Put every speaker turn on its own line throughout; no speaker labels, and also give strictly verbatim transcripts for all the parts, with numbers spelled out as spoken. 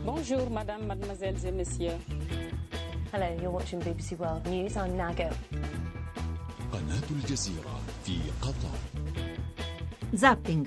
Bonjour, madame, mademoiselles et messieurs.
Hello, you're watching B B C World News. I'm Nago.
قناة الجزيرة في قطر.
Zapping.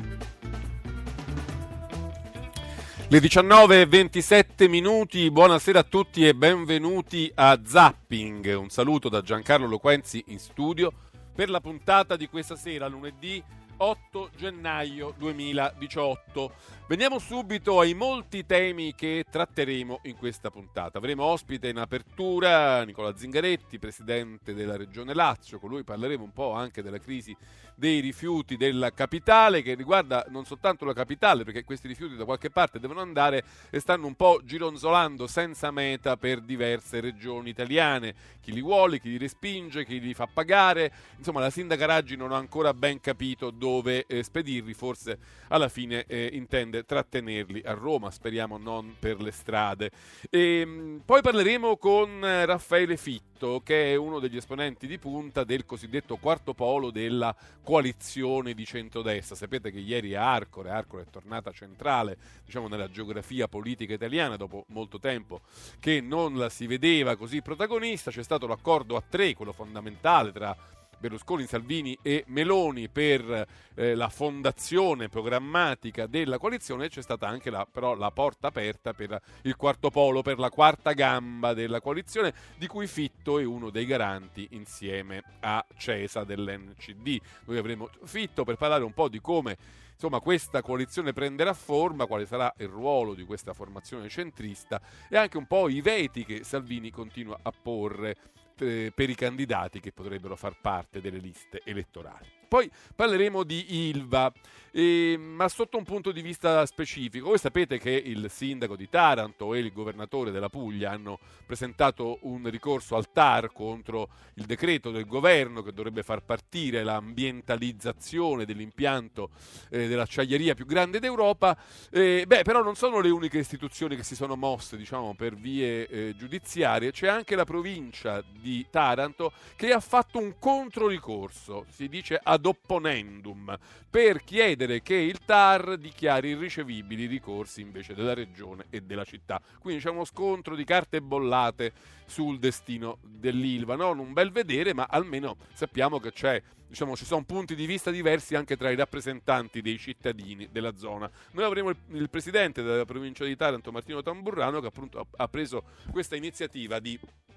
Le diciannove e ventisette minuti, buonasera a tutti e benvenuti a Zapping. Un saluto da Giancarlo Loquenzi in studio per la puntata di questa sera, lunedì otto gennaio duemiladiciotto. Veniamo subito ai molti temi che tratteremo in questa puntata. Avremo ospite in apertura Nicola Zingaretti, presidente della Regione Lazio. Con lui parleremo un po' anche della crisi dei rifiuti della capitale, che riguarda non soltanto la capitale, perché questi rifiuti da qualche parte devono andare e stanno un po' gironzolando senza meta per diverse regioni italiane. Chi li vuole, chi li respinge, chi li fa pagare. Insomma, la sindaca Raggi non ha ancora ben capito dove eh, spedirli, forse alla fine eh, intende trattenerli a Roma, speriamo non per le strade. E, mh, poi parleremo con eh, Raffaele Fitto, che è uno degli esponenti di punta del cosiddetto quarto polo della coalizione di centrodestra. Sapete che ieri a Arcore, Arcore è tornata centrale, diciamo, nella geografia politica italiana dopo molto tempo che non la si vedeva così protagonista. C'è stato l'accordo a tre, quello fondamentale tra Berlusconi, Salvini e Meloni per eh, la fondazione programmatica della coalizione. C'è stata anche la, però la porta aperta per il quarto polo, per la quarta gamba della coalizione, di cui Fitto è uno dei garanti insieme a Cesa dell'N C D. Noi avremo Fitto per parlare un po' di come, insomma, questa coalizione prenderà forma, quale sarà il ruolo di questa formazione centrista e anche un po' i veti che Salvini continua a porre per i candidati che potrebbero far parte delle liste elettorali. Poi parleremo di Ilva, eh, ma sotto un punto di vista specifico. Voi sapete che il sindaco di Taranto e il governatore della Puglia hanno presentato un ricorso al T A R contro il decreto del governo che dovrebbe far partire l'ambientalizzazione dell'impianto eh, dell'acciaieria più grande d'Europa. Eh, beh, però non sono le uniche istituzioni che si sono mosse, diciamo, per vie eh, giudiziarie. C'è anche la provincia di Taranto che ha fatto un controricorso, si dice ad opponendum, per chiedere che il T A R dichiari irricevibili i ricorsi invece della regione e della città. Quindi c'è uno scontro di carte bollate sul destino dell'Ilva. Non un bel vedere, ma almeno sappiamo che c'è, diciamo, ci sono punti di vista diversi anche tra i rappresentanti dei cittadini della zona. Noi avremo il, il presidente della provincia di Taranto, Martino Tamburrano, che appunto ha, ha preso questa iniziativa di,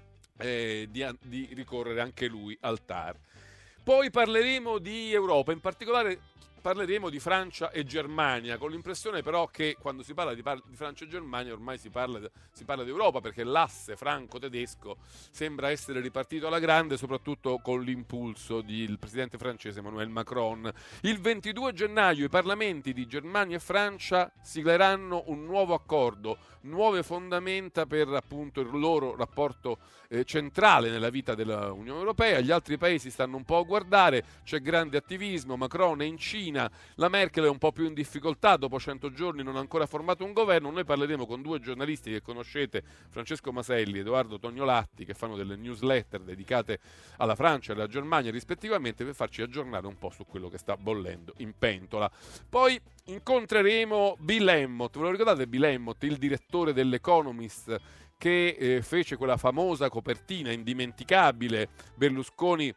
eh, di, di ricorrere anche lui al T A R. Poi parleremo di Europa, in particolare parleremo di Francia e Germania, con l'impressione però che quando si parla di, par- di Francia e Germania ormai si parla, si parla di Europa, perché l'asse franco-tedesco sembra essere ripartito alla grande, soprattutto con l'impulso del presidente francese Emmanuel Macron. Il ventidue gennaio i parlamenti di Germania e Francia sigleranno un nuovo accordo, nuove fondamenta per appunto il loro rapporto eh, centrale nella vita dell'Unione Europea. Gli altri paesi stanno un po' a guardare, c'è grande attivismo, Macron è in Cina, la Merkel è un po' più in difficoltà, dopo cento giorni non ha ancora formato un governo. Noi parleremo con due giornalisti che conoscete, Francesco Maselli e Edoardo Tognolatti, che fanno delle newsletter dedicate alla Francia e alla Germania rispettivamente, per farci aggiornare un po' su quello che sta bollendo in pentola. Poi incontreremo Bill Emmott, ve lo ricordate Bill Emmott, il direttore dell'Economist, che eh, fece quella famosa copertina indimenticabile, Berlusconi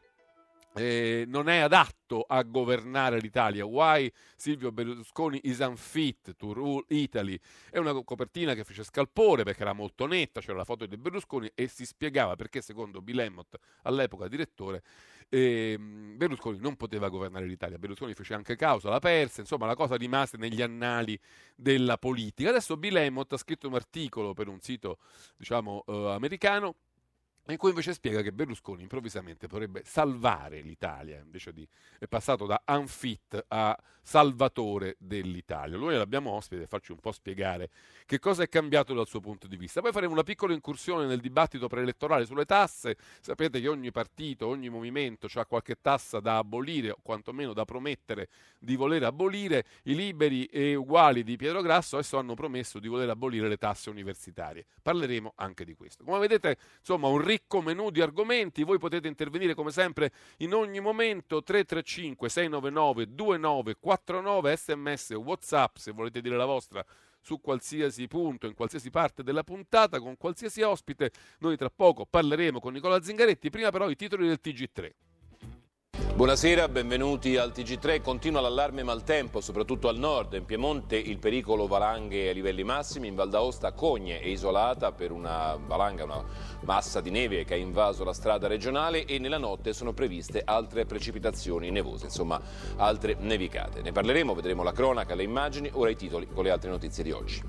Eh, non è adatto a governare l'Italia, Why Silvio Berlusconi is unfit to rule Italy. È una copertina che fece scalpore perché era molto netta, c'era la foto di Berlusconi e si spiegava perché, secondo Bill Emmott, all'epoca direttore, eh, Berlusconi non poteva governare l'Italia. Berlusconi fece anche causa, la perse, insomma la cosa rimase negli annali della politica. Adesso Bill Emmott ha scritto un articolo per un sito, diciamo, eh, americano, in cui invece spiega che Berlusconi improvvisamente potrebbe salvare l'Italia, invece di è passato da unfit a salvatore dell'Italia. Noi l'abbiamo ospite per farci un po' spiegare che cosa è cambiato dal suo punto di vista. Poi faremo una piccola incursione nel dibattito preelettorale sulle tasse. Sapete che ogni partito, ogni movimento ha qualche tassa da abolire, o quantomeno da promettere di voler abolire. I Liberi e Uguali di Pietro Grasso adesso hanno promesso di voler abolire le tasse universitarie. Parleremo anche di questo. Come vedete, insomma, un ricco ricco menù di argomenti. Voi potete intervenire come sempre in ogni momento. Tre tre cinque sei nove nove due nove quattro nove, sms o WhatsApp se volete dire la vostra su qualsiasi punto, in qualsiasi parte della puntata, con qualsiasi ospite. Noi tra poco parleremo con Nicola Zingaretti. Prima però i titoli del T G tre.
Buonasera, benvenuti al T G tre. Continua l'allarme maltempo, soprattutto al nord. In Piemonte il pericolo valanghe a livelli massimi. In Val d'Aosta Cogne è isolata per una valanga, una massa di neve che ha invaso la strada regionale, e nella notte sono previste altre precipitazioni nevose, insomma altre nevicate. Ne parleremo, vedremo la cronaca, le immagini, ora i titoli con le altre notizie di oggi.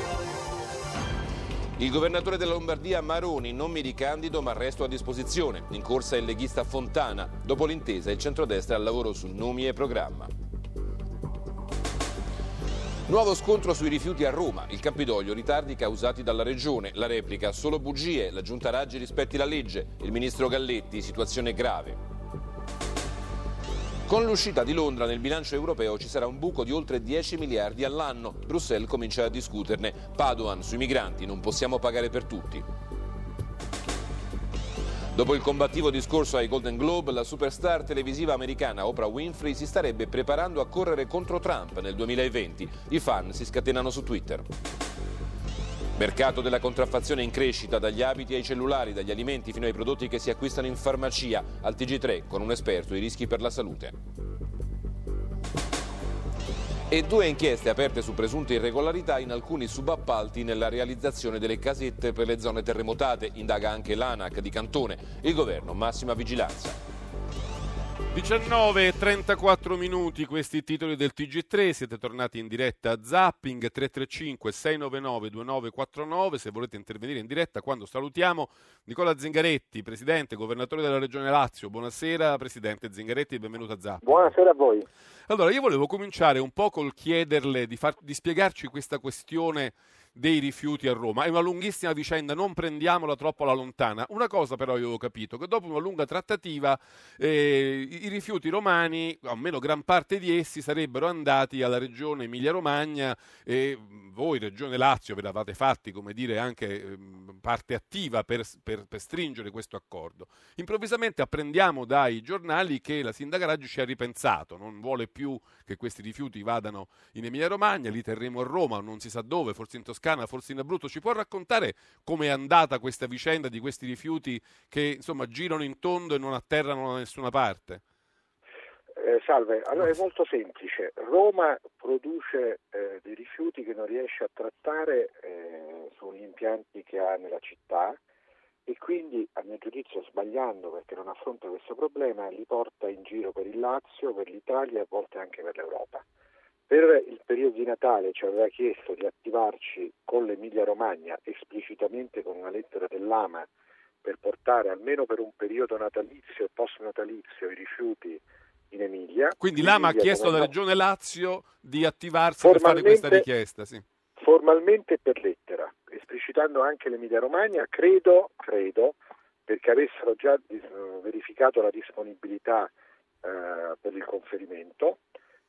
Il governatore della Lombardia Maroni: non mi ricandido ma resto a disposizione. In corsa il leghista Fontana. Dopo l'intesa il centrodestra al lavoro su nomi e programma. Nuovo scontro sui rifiuti a Roma. Il Campidoglio: ritardi causati dalla regione. La replica: solo bugie, la giunta Raggi rispetti la legge. Il ministro Galletti: situazione grave. Con l'uscita di Londra nel bilancio europeo ci sarà un buco di oltre dieci miliardi all'anno. Bruxelles comincia a discuterne. Padoan: sui migranti non possiamo pagare per tutti. Dopo il combattivo discorso ai Golden Globe, la superstar televisiva americana Oprah Winfrey si starebbe preparando a correre contro Trump nel duemilaventi. I fan si scatenano su Twitter. Mercato della contraffazione in crescita, dagli abiti ai cellulari, dagli alimenti fino ai prodotti che si acquistano in farmacia. Al T G tre con un esperto, i rischi per la salute. E due inchieste aperte su presunte irregolarità in alcuni subappalti nella realizzazione delle casette per le zone terremotate. Indaga anche l'ANAC di Cantone. Il governo: massima vigilanza.
diciannove e trentaquattro minuti, questi titoli del T G tre. Siete tornati in diretta a Zapping. Tre tre cinque sei nove nove due nove quattro nove se volete intervenire in diretta quando salutiamo Nicola Zingaretti, presidente, governatore della regione Lazio. Buonasera presidente Zingaretti, benvenuto a Zapping.
Buonasera a voi.
Allora, io volevo cominciare un po' col chiederle di, far, di spiegarci questa questione dei rifiuti a Roma. È una lunghissima vicenda, non prendiamola troppo alla lontana. Una cosa però io ho capito, che dopo una lunga trattativa eh, i rifiuti romani, almeno gran parte di essi, sarebbero andati alla regione Emilia-Romagna, e voi regione Lazio ve l'avate fatti, come dire, anche eh, parte attiva per, per, per stringere questo accordo. Improvvisamente apprendiamo dai giornali che la sindaca Raggi ci ha ripensato, non vuole più che questi rifiuti vadano in Emilia-Romagna, li terremo a Roma, non si sa dove, forse in Toscana, forse in Abruzzo. Ci può raccontare come è andata questa vicenda di questi rifiuti che insomma girano in tondo e non atterrano da nessuna parte?
Eh, salve, allora è molto semplice. Roma produce eh, dei rifiuti che non riesce a trattare eh, sugli impianti che ha nella città, e quindi, a mio giudizio sbagliando perché non affronta questo problema, li porta in giro per il Lazio, per l'Italia e a volte anche per l'Europa. Per il periodo di Natale ci aveva chiesto di attivarci con l'Emilia Romagna, esplicitamente con una lettera dell'Ama, per portare almeno per un periodo natalizio e post natalizio i rifiuti in Emilia.
Quindi l'Ama ha chiesto alla Regione Lazio di attivarsi per fare questa richiesta, sì.
Formalmente per lettera, esplicitando anche l'Emilia Romagna, credo, credo, perché avessero già verificato la disponibilità eh, per il conferimento,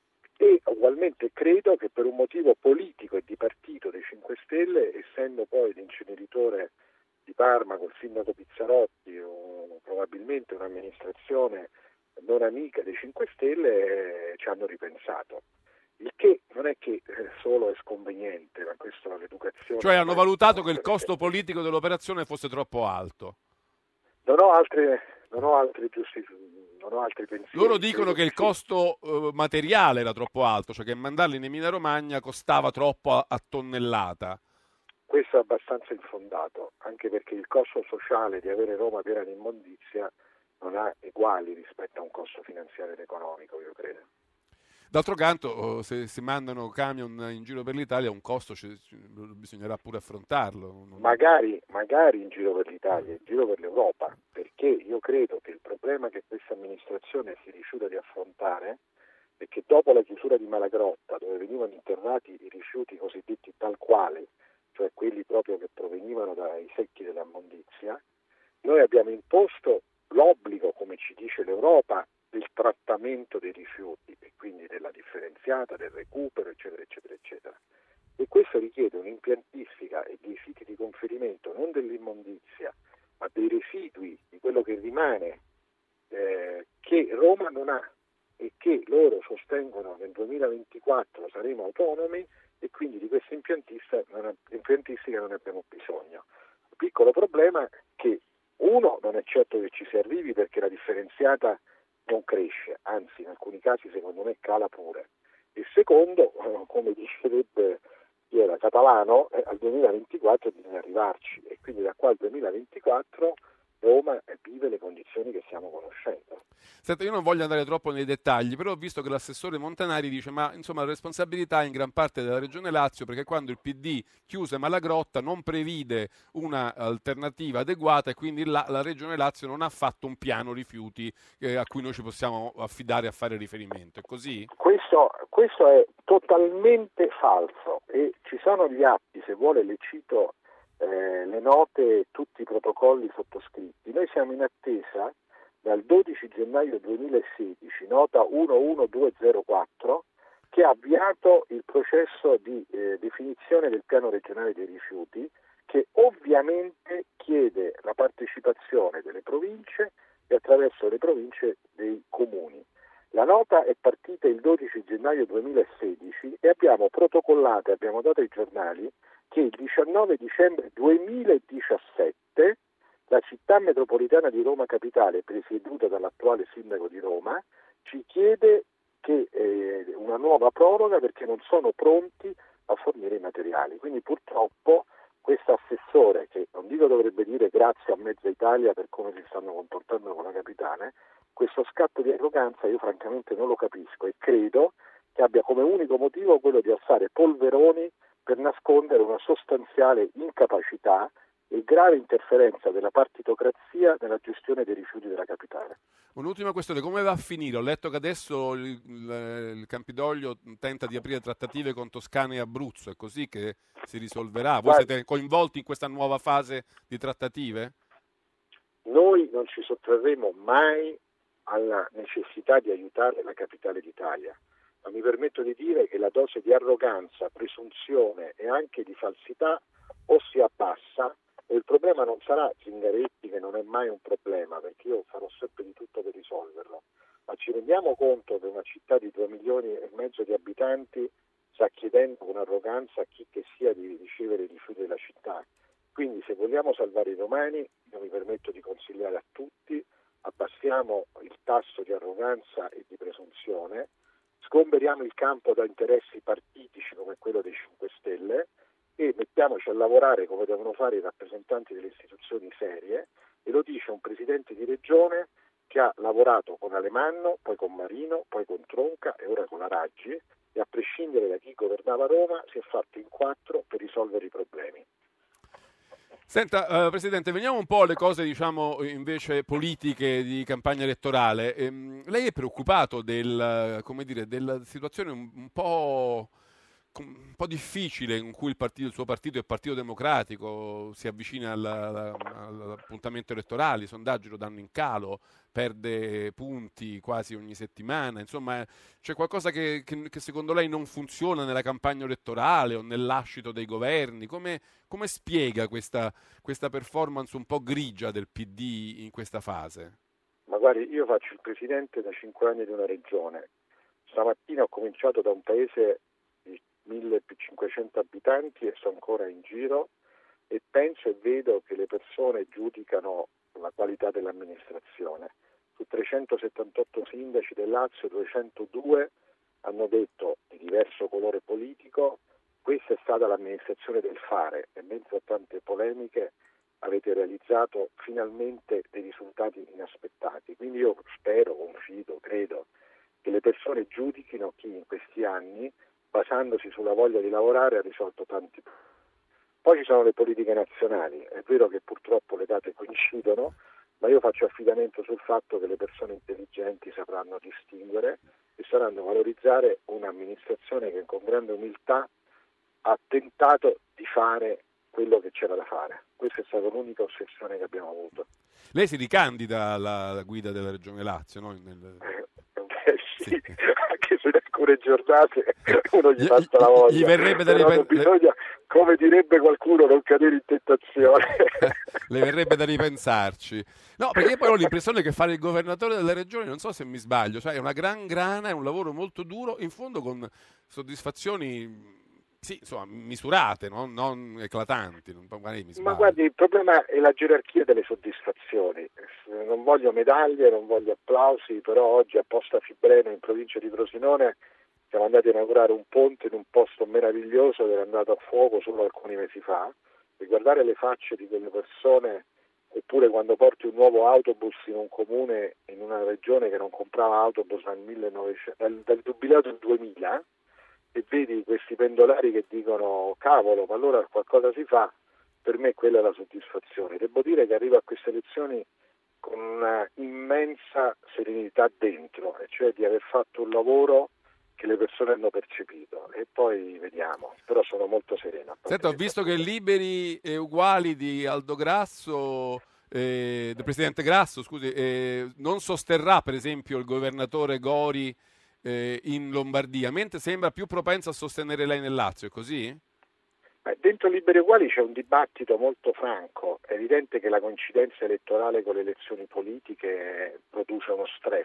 e ugualmente credo che per un motivo politico e di partito dei cinque Stelle, essendo poi l'inceneritore di Parma col sindaco Pizzarotti o probabilmente un'amministrazione non amica dei cinque Stelle, eh, ci hanno ripensato. Il che non è che solo è sconveniente, ma questo l'educazione...
Cioè hanno valutato che il costo politico dell'operazione fosse troppo alto.
Non ho altre, non ho altri giusti, non ho altri pensieri.
Loro dicono che il
sì.
costo eh, materiale era troppo alto, cioè che mandarli in Emilia Romagna costava troppo a, a tonnellata.
Questo è abbastanza infondato, anche perché il costo sociale di avere Roma piena di immondizia non ha uguali rispetto a un costo finanziario ed economico, io credo.
D'altro canto, se si mandano camion in giro per l'Italia, un costo c- c- bisognerà pure affrontarlo.
Magari, magari in giro per l'Italia, in giro per l'Europa, perché io credo che il problema che questa amministrazione si rifiuta di affrontare è che dopo la chiusura di Malagrotta, dove venivano internati i rifiuti cosiddetti tal quale, cioè quelli proprio che provenivano dai secchi dell'immondizia, noi abbiamo imposto l'obbligo, come ci dice l'Europa, del trattamento dei rifiuti e quindi della differenziata, del recupero, eccetera, eccetera, eccetera. E questo richiede un'impiantistica e dei siti di conferimento non dell'immondizia, ma dei residui, di quello che rimane, eh, che Roma non ha e che loro sostengono nel duemilaventiquattro saremo autonomi e quindi di questa impiantistica non, impiantistica non abbiamo bisogno. Il piccolo problema è che uno, non è certo che ci si arrivi perché la differenziata non cresce, anzi in alcuni casi secondo me cala pure. E secondo, come dicerebbe chi era catalano, eh, al duemilaventiquattro bisogna arrivarci e quindi da qua al duemilaventiquattro Roma vive le condizioni che stiamo conoscendo.
Senta, io non voglio andare troppo nei dettagli, però ho visto che l'assessore Montanari dice ma insomma la responsabilità è in gran parte della Regione Lazio, perché quando il P D chiuse Malagrotta non previde un'alternativa adeguata e quindi la, la Regione Lazio non ha fatto un piano rifiuti eh, a cui noi ci possiamo affidare a fare riferimento. È così?
Questo, questo è totalmente falso e ci sono gli atti, se vuole le cito, eh, le note, tutti i protocolli sottoscritti. Noi siamo in attesa dal dodici gennaio duemilasedici, nota uno uno due zero quattro, che ha avviato il processo di eh, definizione del piano regionale dei rifiuti, che ovviamente chiede la partecipazione delle province e attraverso le province dei comuni. La nota è partita il dodici gennaio duemilasedici e abbiamo protocollato, abbiamo dato ai giornali che il diciannove dicembre duemiladiciassette la città metropolitana di Roma Capitale, presieduta dall'attuale sindaco di Roma, ci chiede che, eh, una nuova proroga perché non sono pronti a fornire i materiali. Quindi purtroppo questo assessore, che non dico dovrebbe dire grazie a mezza Italia per come si stanno comportando con la capitale, questo scatto di arroganza io francamente non lo capisco e credo che abbia come unico motivo quello di alzare polveroni per nascondere una sostanziale incapacità e grave interferenza della partitocrazia nella gestione dei rifiuti della capitale.
Un'ultima questione, come va a finire? Ho letto che adesso il, il, il Campidoglio tenta di aprire trattative con Toscana e Abruzzo, è così che si risolverà? Voi
Guarda,
siete coinvolti in questa nuova fase di trattative?
Noi non ci sottrarremo mai alla necessità di aiutare la capitale d'Italia, ma mi permetto di dire che la dose di arroganza, presunzione e anche di falsità o si abbassa e il problema non sarà Zingaretti, che non è mai un problema, perché io farò sempre di tutto per risolverlo, ma ci rendiamo conto che una città di due milioni e mezzo di abitanti sta chiedendo con arroganza a chi che sia di ricevere i rifiuti della città. Quindi se vogliamo salvare i romani, io mi permetto di consigliare a tutti, abbassiamo il tasso di arroganza e di presunzione, sgomberiamo il campo da interessi partitici come quello dei cinque Stelle e mettiamoci a lavorare come devono fare i rappresentanti delle istituzioni serie, e lo dice un presidente di regione che ha lavorato con Alemanno, poi con Marino, poi con Tronca e ora con la Raggi, e a prescindere da chi governava Roma si è fatto in quattro per risolvere i problemi.
Senta, uh, Presidente, veniamo un po' alle cose, diciamo, invece politiche di campagna elettorale. Ehm, lei è preoccupato del, come dire, della situazione un, un po'... un po' difficile in cui il, partito, il suo partito, il Partito Democratico, si avvicina alla, alla, all'appuntamento elettorale, i sondaggi lo danno in calo, perde punti quasi ogni settimana, insomma c'è qualcosa che, che, che secondo lei non funziona nella campagna elettorale o nell'ascito dei governi? Come, come spiega questa, questa performance un po' grigia del P D in questa fase?
Ma guardi, io faccio il presidente da cinque anni di una regione, stamattina ho cominciato da un paese millecinquecento abitanti e sono ancora in giro e penso e vedo che le persone giudicano la qualità dell'amministrazione. Su trecentosettantotto sindaci del Lazio, duecentodue hanno detto, di diverso colore politico, questa è stata l'amministrazione del fare e in mezzo a tante polemiche avete realizzato finalmente dei risultati inaspettati. Quindi io spero, confido, credo che le persone giudichino chi in questi anni, basandosi sulla voglia di lavorare, ha risolto tanti problemi. Poi ci sono le politiche nazionali, è vero che purtroppo le date coincidono, ma io faccio affidamento sul fatto che le persone intelligenti sapranno distinguere e saranno valorizzare un'amministrazione che con grande umiltà ha tentato di fare quello che c'era da fare. Questa è stata l'unica ossessione che abbiamo avuto.
Lei si ricandida alla, alla guida della Regione Lazio, no? Nel...
Eh, sì, sì. Anche se in alcune giornate uno gli passa la voglia.
Gli verrebbe da
ripet- bisogna, come direbbe qualcuno, non cadere in tentazione.
le verrebbe da ripensarci. No, perché poi ho l'impressione che fare il governatore delle regioni, non so se mi sbaglio, cioè è una gran grana, è un lavoro molto duro, in fondo con soddisfazioni, sì, insomma, misurate, no? Non eclatanti. Non, magari mi
Ma guardi, il problema è la gerarchia delle soddisfazioni. Non voglio medaglie, non voglio applausi, però oggi a Posta Fibreno, in provincia di Frosinone, siamo andati a inaugurare un ponte in un posto meraviglioso che era andato a fuoco solo alcuni mesi fa, e guardare le facce di quelle persone, oppure quando porti un nuovo autobus in un comune, in una regione che non comprava autobus dal, millenovecento, dal, dal giubileo del duemila, e vedi questi pendolari che dicono cavolo, ma allora qualcosa si fa, per me quella è la soddisfazione. Devo dire che arrivo a queste elezioni con una immensa serenità dentro, e cioè di aver fatto un lavoro che le persone hanno percepito, e poi vediamo, però sono molto sereno.
Senta, ho visto che Liberi e Uguali di Aldo Grasso, eh, del presidente Grasso, scusi, eh, non sosterrà per esempio il governatore Gori eh, in Lombardia, mentre sembra più propenso a sostenere lei nel Lazio, è così?
Beh, dentro Liberi e Uguali c'è un dibattito molto franco, è evidente che la coincidenza elettorale con le elezioni politiche produce uno stress.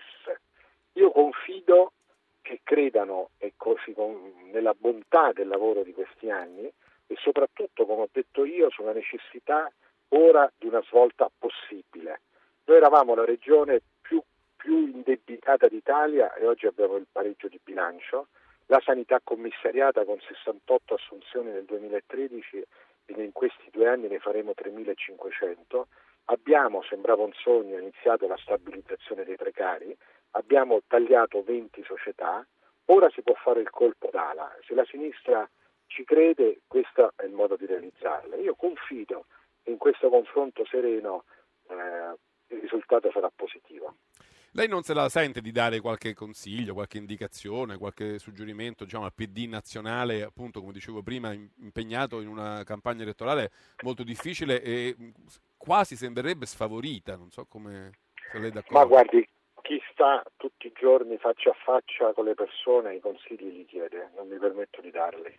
Io confido che credano e così con, nella bontà del lavoro di questi anni, e soprattutto, come ho detto io, sulla necessità ora di una svolta possibile. Noi eravamo la regione più, più indebitata d'Italia e oggi abbiamo il pareggio di bilancio, la sanità commissariata con sessantotto assunzioni nel duemilatredici, e in questi due anni ne faremo tremilacinquecento. Abbiamo, sembrava un sogno, iniziato la stabilizzazione dei precari, abbiamo tagliato venti società, ora si può fare il colpo d'ala. Se la sinistra ci crede, questo è il modo di realizzarla. Io confido che in questo confronto sereno eh, il risultato sarà positivo.
Lei non se la sente di dare qualche consiglio, qualche indicazione, qualche suggerimento, diciamo, al P D nazionale, appunto, come dicevo prima, impegnato in una campagna elettorale molto difficile e quasi sembrerebbe sfavorita, non so come, se lei è d'accordo.
Ma guardi, chi sta tutti i giorni faccia a faccia con le persone i consigli li chiede, non mi permetto di darli.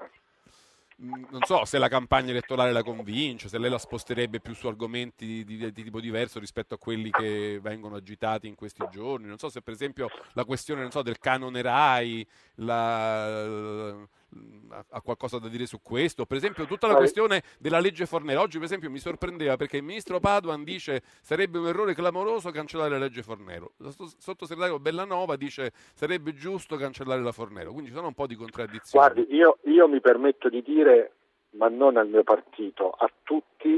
Non so se la campagna elettorale la convince, se lei la sposterebbe più su argomenti di, di, di tipo diverso rispetto a quelli che vengono agitati in questi giorni. Non so se per esempio la questione, non so, del canone RAI la, ha qualcosa da dire su questo. Per esempio tutta la questione della legge Fornero. Oggi per esempio mi sorprendeva perché il ministro Padoan dice sarebbe un errore clamoroso cancellare la legge Fornero. Il sottosegretario Bellanova dice sarebbe giusto cancellare la Fornero. Quindi ci sono un po' di contraddizioni.
Guardi, io, io mi permetto di dire, ma non al mio partito, a tutti,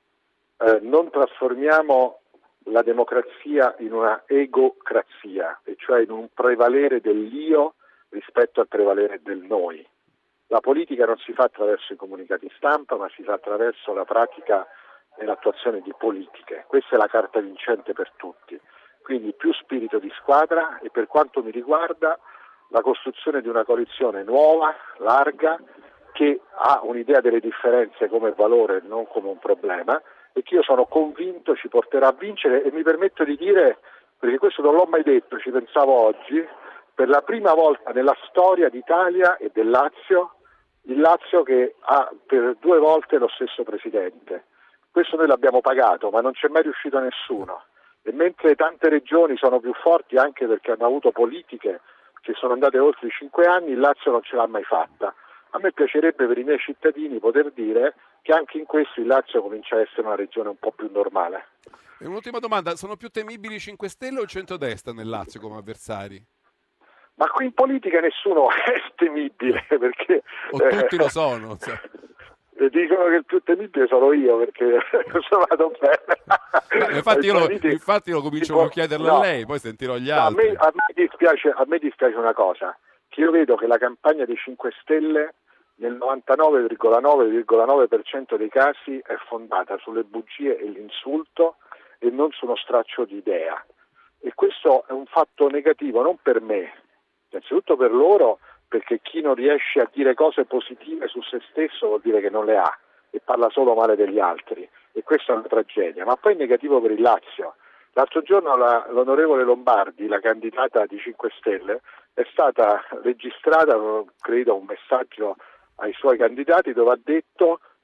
eh, non trasformiamo la democrazia in una egocrazia, e cioè in un prevalere dell'io rispetto al prevalere del noi. La politica non si fa attraverso i comunicati stampa, ma si fa attraverso la pratica e l'attuazione di politiche. Questa è la carta vincente per tutti. Quindi più spirito di squadra e, per quanto mi riguarda, la costruzione di una coalizione nuova, larga, che ha un'idea delle differenze come valore, non come un problema, e che io sono convinto ci porterà a vincere. E mi permetto di dire, perché questo non l'ho mai detto, ci pensavo oggi, per la prima volta nella storia d'Italia e del Lazio, il Lazio che ha per due volte lo stesso presidente. Questo noi l'abbiamo pagato, ma non c'è mai riuscito nessuno. E mentre tante regioni sono più forti anche perché hanno avuto politiche che sono andate oltre i cinque anni, il Lazio non ce l'ha mai fatta. A me piacerebbe per i miei cittadini poter dire che anche in questo il Lazio comincia a essere una regione un po' più normale.
E un'ultima domanda, sono più temibili i cinque Stelle o il centrodestra nel Lazio come avversari?
Ma qui in politica nessuno è temibile, perché...
O tutti eh, lo sono. Cioè.
Dicono che il più temibile sono io, perché sono vado bene.
No, infatti, io lo, infatti lo comincio può... a chiederlo no, a lei, poi sentirò gli altri.
A me, a, me dispiace, a me dispiace una cosa, che io vedo che la campagna dei cinque Stelle nel novantanove virgola nove virgola nove per cento dei casi è fondata sulle bugie e l'insulto e non su uno straccio di idea. E questo è un fatto negativo, non per me, innanzitutto per loro, perché chi non riesce a dire cose positive su se stesso vuol dire che non le ha e parla solo male degli altri, e questa è una tragedia. Ma poi è negativo per il Lazio. L'altro giorno la, l'onorevole Lombardi, la candidata di cinque Stelle, è stata registrata, credo, un messaggio ai suoi candidati dove ha detto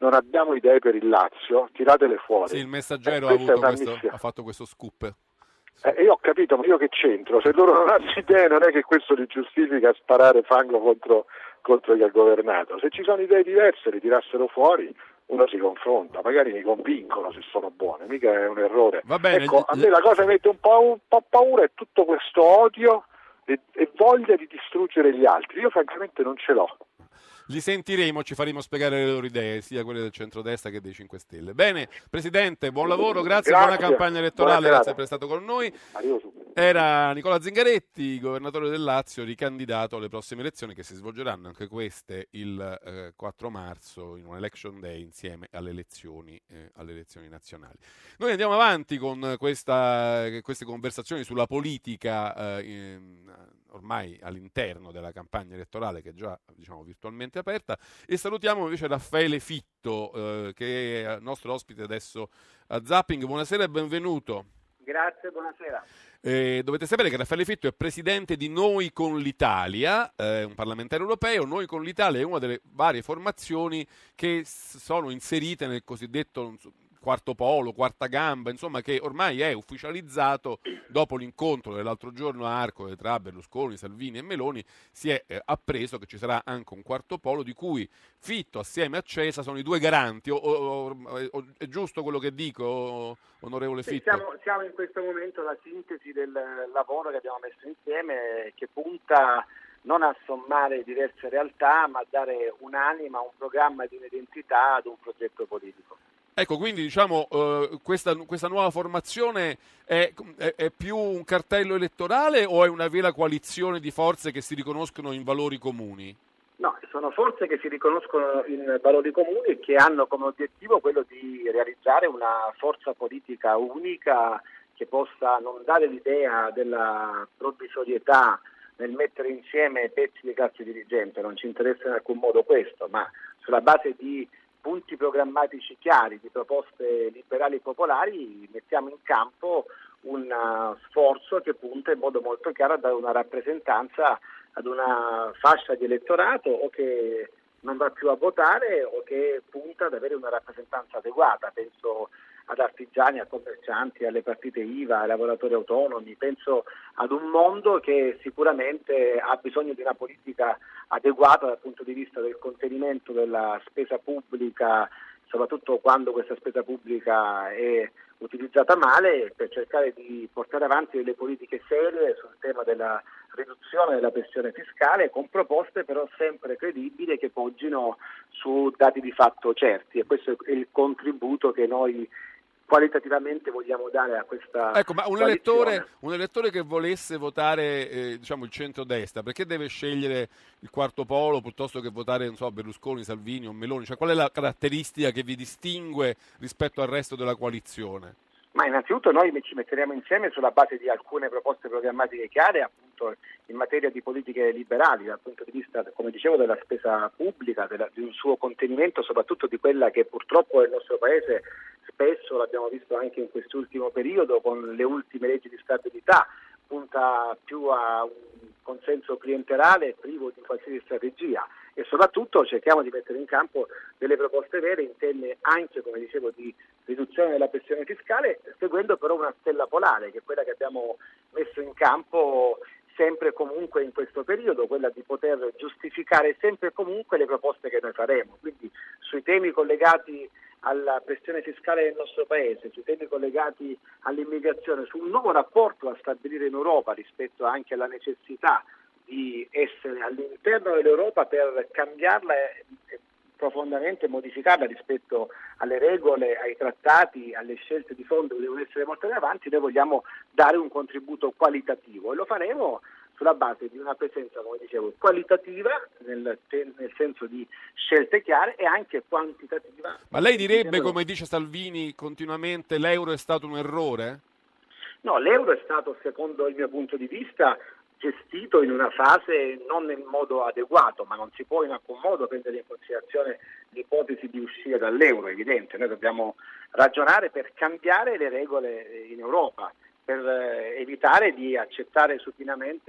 non abbiamo idee per il Lazio, tiratele fuori.
Sì, il Messaggero
eh,
ha, avuto questo,
missione.
ha fatto questo scoop.
Eh, io ho capito, ma io che c'entro? Se loro non hanno idee non è che questo li giustifica a sparare fango contro, contro chi ha governato. Se ci sono idee diverse li tirassero fuori, uno si confronta, magari mi convincono se sono buone, mica è un errore.
Va bene,
ecco, a me la cosa che mette un po', un po' paura è tutto questo odio e, e voglia di distruggere gli altri. Io francamente non ce l'ho.
Li sentiremo, ci faremo spiegare le loro idee, sia quelle del centrodestra che dei cinque Stelle. Bene, Presidente, buon lavoro, grazie,
grazie.
buona campagna elettorale, grazie per essere stato con noi.
Arrivo
Era Nicola Zingaretti, governatore del Lazio, ricandidato alle prossime elezioni che si svolgeranno anche queste il eh, quattro marzo in un election day insieme alle elezioni, eh, alle elezioni nazionali. Noi andiamo avanti con questa, queste conversazioni sulla politica eh, in, ormai all'interno della campagna elettorale che è già, diciamo, virtualmente aperta, e salutiamo invece Raffaele Fitto eh, che è nostro ospite adesso a Zapping. Buonasera e benvenuto.
Grazie, buonasera.
Eh, dovete sapere che Raffaele Fitto è presidente di Noi con l'Italia, eh, un parlamentare europeo. Noi con l'Italia è una delle varie formazioni che sono inserite nel cosiddetto non so, quarto polo, quarta gamba, insomma, che ormai è ufficializzato dopo l'incontro dell'altro giorno a Arcore tra Berlusconi, Salvini e Meloni. Si è eh, appreso che ci sarà anche un quarto polo di cui Fitto assieme a Cesa sono i due garanti. O, o, o, è giusto quello che dico, onorevole
sì,
Fitto?
Siamo, siamo in questo momento la sintesi del lavoro che abbiamo messo insieme, che punta non a sommare diverse realtà, ma a dare un'anima, un programma di un'identità ad un progetto politico.
Ecco, quindi diciamo eh, questa, questa nuova formazione è, è, è più un cartello elettorale o è una vera coalizione di forze che si riconoscono in valori comuni?
No, sono forze che si riconoscono in valori comuni e che hanno come obiettivo quello di realizzare una forza politica unica che possa non dare l'idea della provvisorietà nel mettere insieme pezzi di classe dirigente, non ci interessa in alcun modo questo, ma sulla base di punti programmatici chiari, di proposte liberali e popolari, mettiamo in campo un uh, sforzo che punta in modo molto chiaro a dare una rappresentanza ad una fascia di elettorato o che non va più a votare o che punta ad avere una rappresentanza adeguata. Penso ad artigiani, a commercianti, alle partite I V A, ai lavoratori autonomi, penso ad un mondo che sicuramente ha bisogno di una politica adeguata dal punto di vista del contenimento della spesa pubblica, soprattutto quando questa spesa pubblica è utilizzata male, per cercare di portare avanti delle politiche serie sul tema della riduzione della pressione fiscale, con proposte però sempre credibili che poggino su dati di fatto certi, e questo è il contributo che noi qualitativamente vogliamo dare a questa
ecco, ma un elettore, un elettore che volesse votare eh, diciamo il centrodestra, perché deve scegliere il quarto polo piuttosto che votare, non so, Berlusconi, Salvini o Meloni? Cioè, qual è la caratteristica che vi distingue rispetto al resto della coalizione?
Ma innanzitutto noi ci metteremo insieme sulla base di alcune proposte programmatiche chiare, appunto in materia di politiche liberali, dal punto di vista, come dicevo, della spesa pubblica, della, di un suo contenimento, soprattutto di quella che purtroppo nel nostro Paese spesso, l'abbiamo visto anche in quest'ultimo periodo con le ultime leggi di stabilità, punta più a un consenso clientelare privo di qualsiasi strategia, e soprattutto cerchiamo di mettere in campo delle proposte vere in termini anche, come dicevo, di riduzione della pressione fiscale, seguendo però una stella polare, che è quella che abbiamo messo in campo sempre e comunque in questo periodo, quella di poter giustificare sempre e comunque le proposte che noi faremo. Quindi sui temi collegati alla pressione fiscale del nostro Paese, sui temi collegati all'immigrazione, su un nuovo rapporto da stabilire in Europa rispetto anche alla necessità di essere all'interno dell'Europa per cambiarla e profondamente modificarla rispetto alle regole, ai trattati, alle scelte di fondo che devono essere portate avanti. Noi vogliamo dare un contributo qualitativo e lo faremo sulla base di una presenza, come dicevo, qualitativa nel, nel senso di scelte chiare e anche quantitativa.
Ma lei direbbe, come dice Salvini continuamente, l'euro è stato un errore?
No, l'euro è stato, secondo il mio punto di vista, gestito in una fase non in modo adeguato, ma non si può in alcun modo prendere in considerazione l'ipotesi di uscire dall'euro, è evidente. Noi dobbiamo ragionare per cambiare le regole in Europa, per evitare di accettare supinamente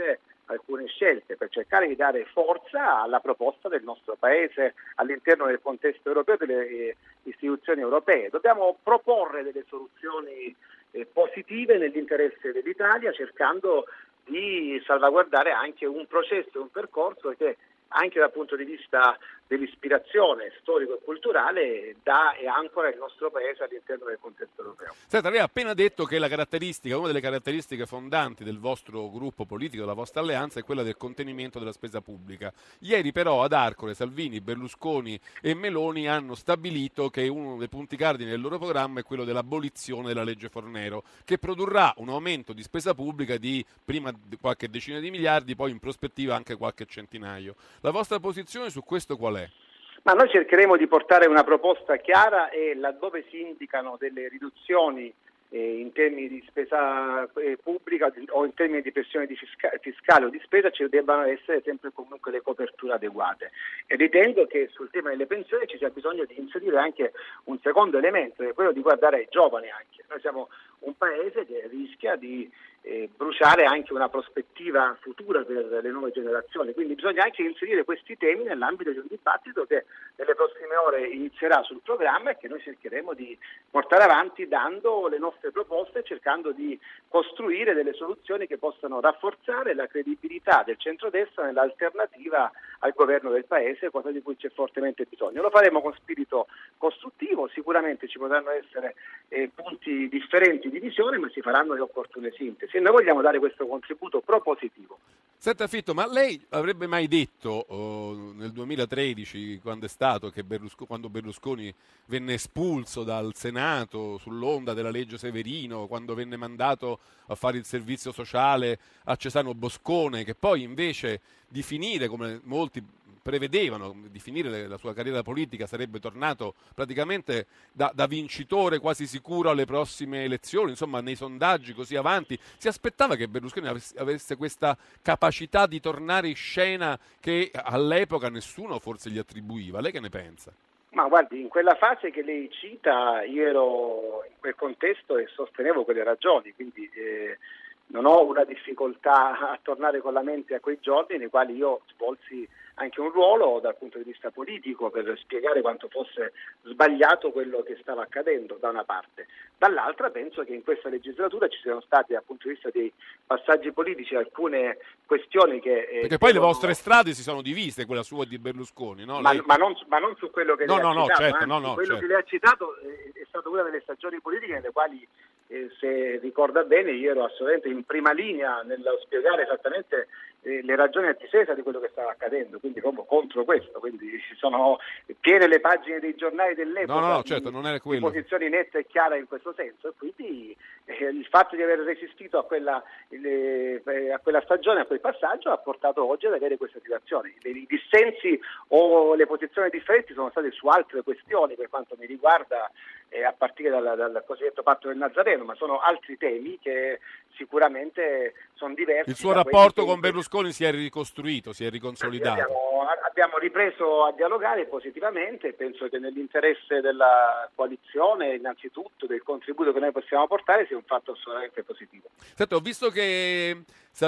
alcune scelte per cercare di dare forza alla proposta del nostro Paese all'interno del contesto europeo delle eh, istituzioni europee. Dobbiamo proporre delle soluzioni eh, positive nell'interesse dell'Italia, cercando di salvaguardare anche un processo e un percorso che anche dal punto di vista dell'ispirazione storico e culturale dà e ancora il nostro Paese all'interno del contesto europeo.
Senta, lei ha appena detto che la caratteristica, una delle caratteristiche fondanti del vostro gruppo politico, della vostra alleanza, è quella del contenimento della spesa pubblica. Ieri però ad Arcore, Salvini, Berlusconi e Meloni hanno stabilito che uno dei punti cardine del loro programma è quello dell'abolizione della legge Fornero, che produrrà un aumento di spesa pubblica di prima qualche decina di miliardi, poi in prospettiva anche qualche centinaio. La vostra posizione su questo qual è?
Ma noi cercheremo di portare una proposta chiara e laddove si indicano delle riduzioni eh, in termini di spesa eh, pubblica o in termini di pressione di fisca- fiscale o di spesa ci debbano essere sempre comunque le coperture adeguate. E ritengo che sul tema delle pensioni ci sia bisogno di inserire anche un secondo elemento, che è quello di guardare ai giovani anche. Noi siamo un paese che rischia di eh, bruciare anche una prospettiva futura per le nuove generazioni, quindi bisogna anche inserire questi temi nell'ambito di un dibattito che nelle prossime ore inizierà sul programma e che noi cercheremo di portare avanti dando le nostre proposte e cercando di costruire delle soluzioni che possano rafforzare la credibilità del centrodestra nell'alternativa al governo del Paese, cosa di cui c'è fortemente bisogno. Lo faremo con spirito costruttivo, sicuramente ci potranno essere eh, punti differenti di visione, ma si faranno le opportune sintesi e noi vogliamo dare questo contributo propositivo.
Senta Fitto, ma lei avrebbe mai detto oh, nel duemilatredici, quando è stato, che Berlusconi, quando Berlusconi venne espulso dal Senato sull'onda della legge Severino, quando venne mandato a fare il servizio sociale a Cesano Boscone, che poi invece di finire, come molti prevedevano, di finire la sua carriera politica, sarebbe tornato praticamente da, da vincitore quasi sicuro alle prossime elezioni, insomma nei sondaggi così avanti, si aspettava che Berlusconi avesse, avesse questa capacità di tornare in scena che all'epoca nessuno forse gli attribuiva. Lei che ne pensa?
Ma guardi, in quella fase che lei cita io ero in quel contesto e sostenevo quelle ragioni, quindi eh, non ho una difficoltà a tornare con la mente a quei giorni nei quali io svolsi anche un ruolo dal punto di vista politico per spiegare quanto fosse sbagliato quello che stava accadendo da una parte. Dall'altra penso che in questa legislatura ci siano stati dal punto di vista dei passaggi politici alcune questioni che... Eh,
Perché poi
devono...
le vostre strade si sono divise, quella sua e di Berlusconi, no?
Ma,
Lei...
ma, non, ma non su quello che
no,
lei
no,
ha
no,
citato,
certo,
anzi,
no, no,
quello
certo.
che lei ha citato è, è stata una delle stagioni politiche nelle quali, eh, se ricorda bene, io ero assolutamente in prima linea nello spiegare esattamente eh, le ragioni a difesa di quello che stava accadendo, quindi proprio contro questo, quindi ci sono piene le pagine dei giornali dell'epoca,
no, no,
di,
certo, non era
di
quello.
posizioni nette e chiare in questo senso, e quindi eh, il fatto di aver resistito a quella, le, a quella stagione, a quel passaggio, ha portato oggi ad avere questa situazione. I dissensi o le posizioni differenti sono state su altre questioni per quanto mi riguarda, eh, a partire dal, dal cosiddetto patto del Nazareno, ma sono altri temi che sicuramente sono diversi.
Il suo rapporto con Berlusconi si è ricostruito, si è riconsolidato.
Abbiamo, abbiamo ripreso a dialogare positivamente e penso che nell'interesse della coalizione, innanzitutto del contributo che noi possiamo portare, sia un fatto assolutamente positivo.
Senta, ho visto che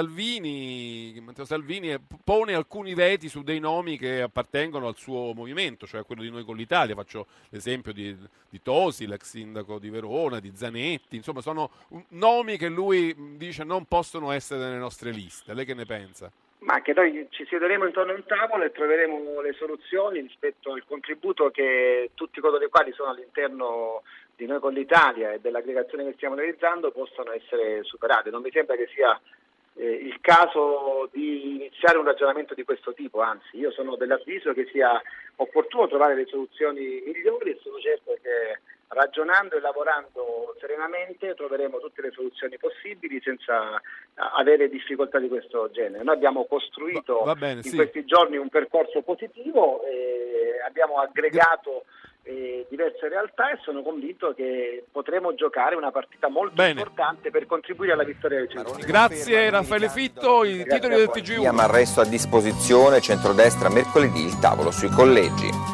Salvini, Matteo Salvini pone alcuni veti su dei nomi che appartengono al suo movimento, cioè a quello di Noi con l'Italia. Faccio l'esempio di, di Tosi, l'ex sindaco di Verona, di Zanetti, insomma sono nomi che lui dice non possono essere nelle nostre liste. Lei che ne pensa?
Ma che noi ci siederemo intorno a un tavolo e troveremo le soluzioni rispetto al contributo che tutti coloro i quali sono all'interno di Noi con l'Italia e dell'aggregazione che stiamo realizzando possano essere superate. Non mi sembra che sia eh, il caso di iniziare un ragionamento di questo tipo, anzi io sono dell'avviso che sia opportuno trovare le soluzioni migliori e sono certo che ragionando e lavorando serenamente troveremo tutte le soluzioni possibili senza avere difficoltà di questo genere. Noi abbiamo costruito
va, va bene,
in
sì.
questi giorni un percorso positivo, e abbiamo aggregato eh, diverse realtà e sono convinto che potremo giocare una partita molto
bene.
importante per contribuire alla vittoria del centro.
Grazie Raffaele Fitto, i titoli del T G uno.
Chiama arresto a disposizione, centrodestra mercoledì, il tavolo sui collegi.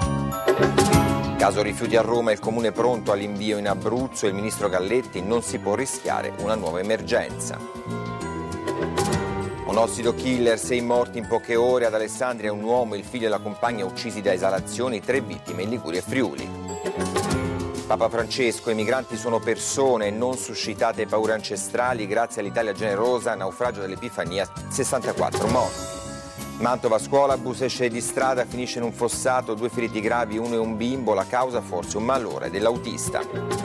Caso rifiuti a Roma, il comune pronto all'invio in Abruzzo e il ministro Galletti: non si può rischiare una nuova emergenza. Un ossido killer, sei morti in poche ore ad Alessandria, un uomo, il figlio e la compagna uccisi da esalazioni, tre vittime in Liguria e Friuli. Papa Francesco, i migranti sono persone non suscitate paure ancestrali, grazie all'Italia generosa, naufragio dell'Epifania, sessantaquattro morti. Mantova, scuolabus esce di strada, finisce in un fossato, due feriti gravi, uno è un bimbo, la causa forse un malore dell'autista.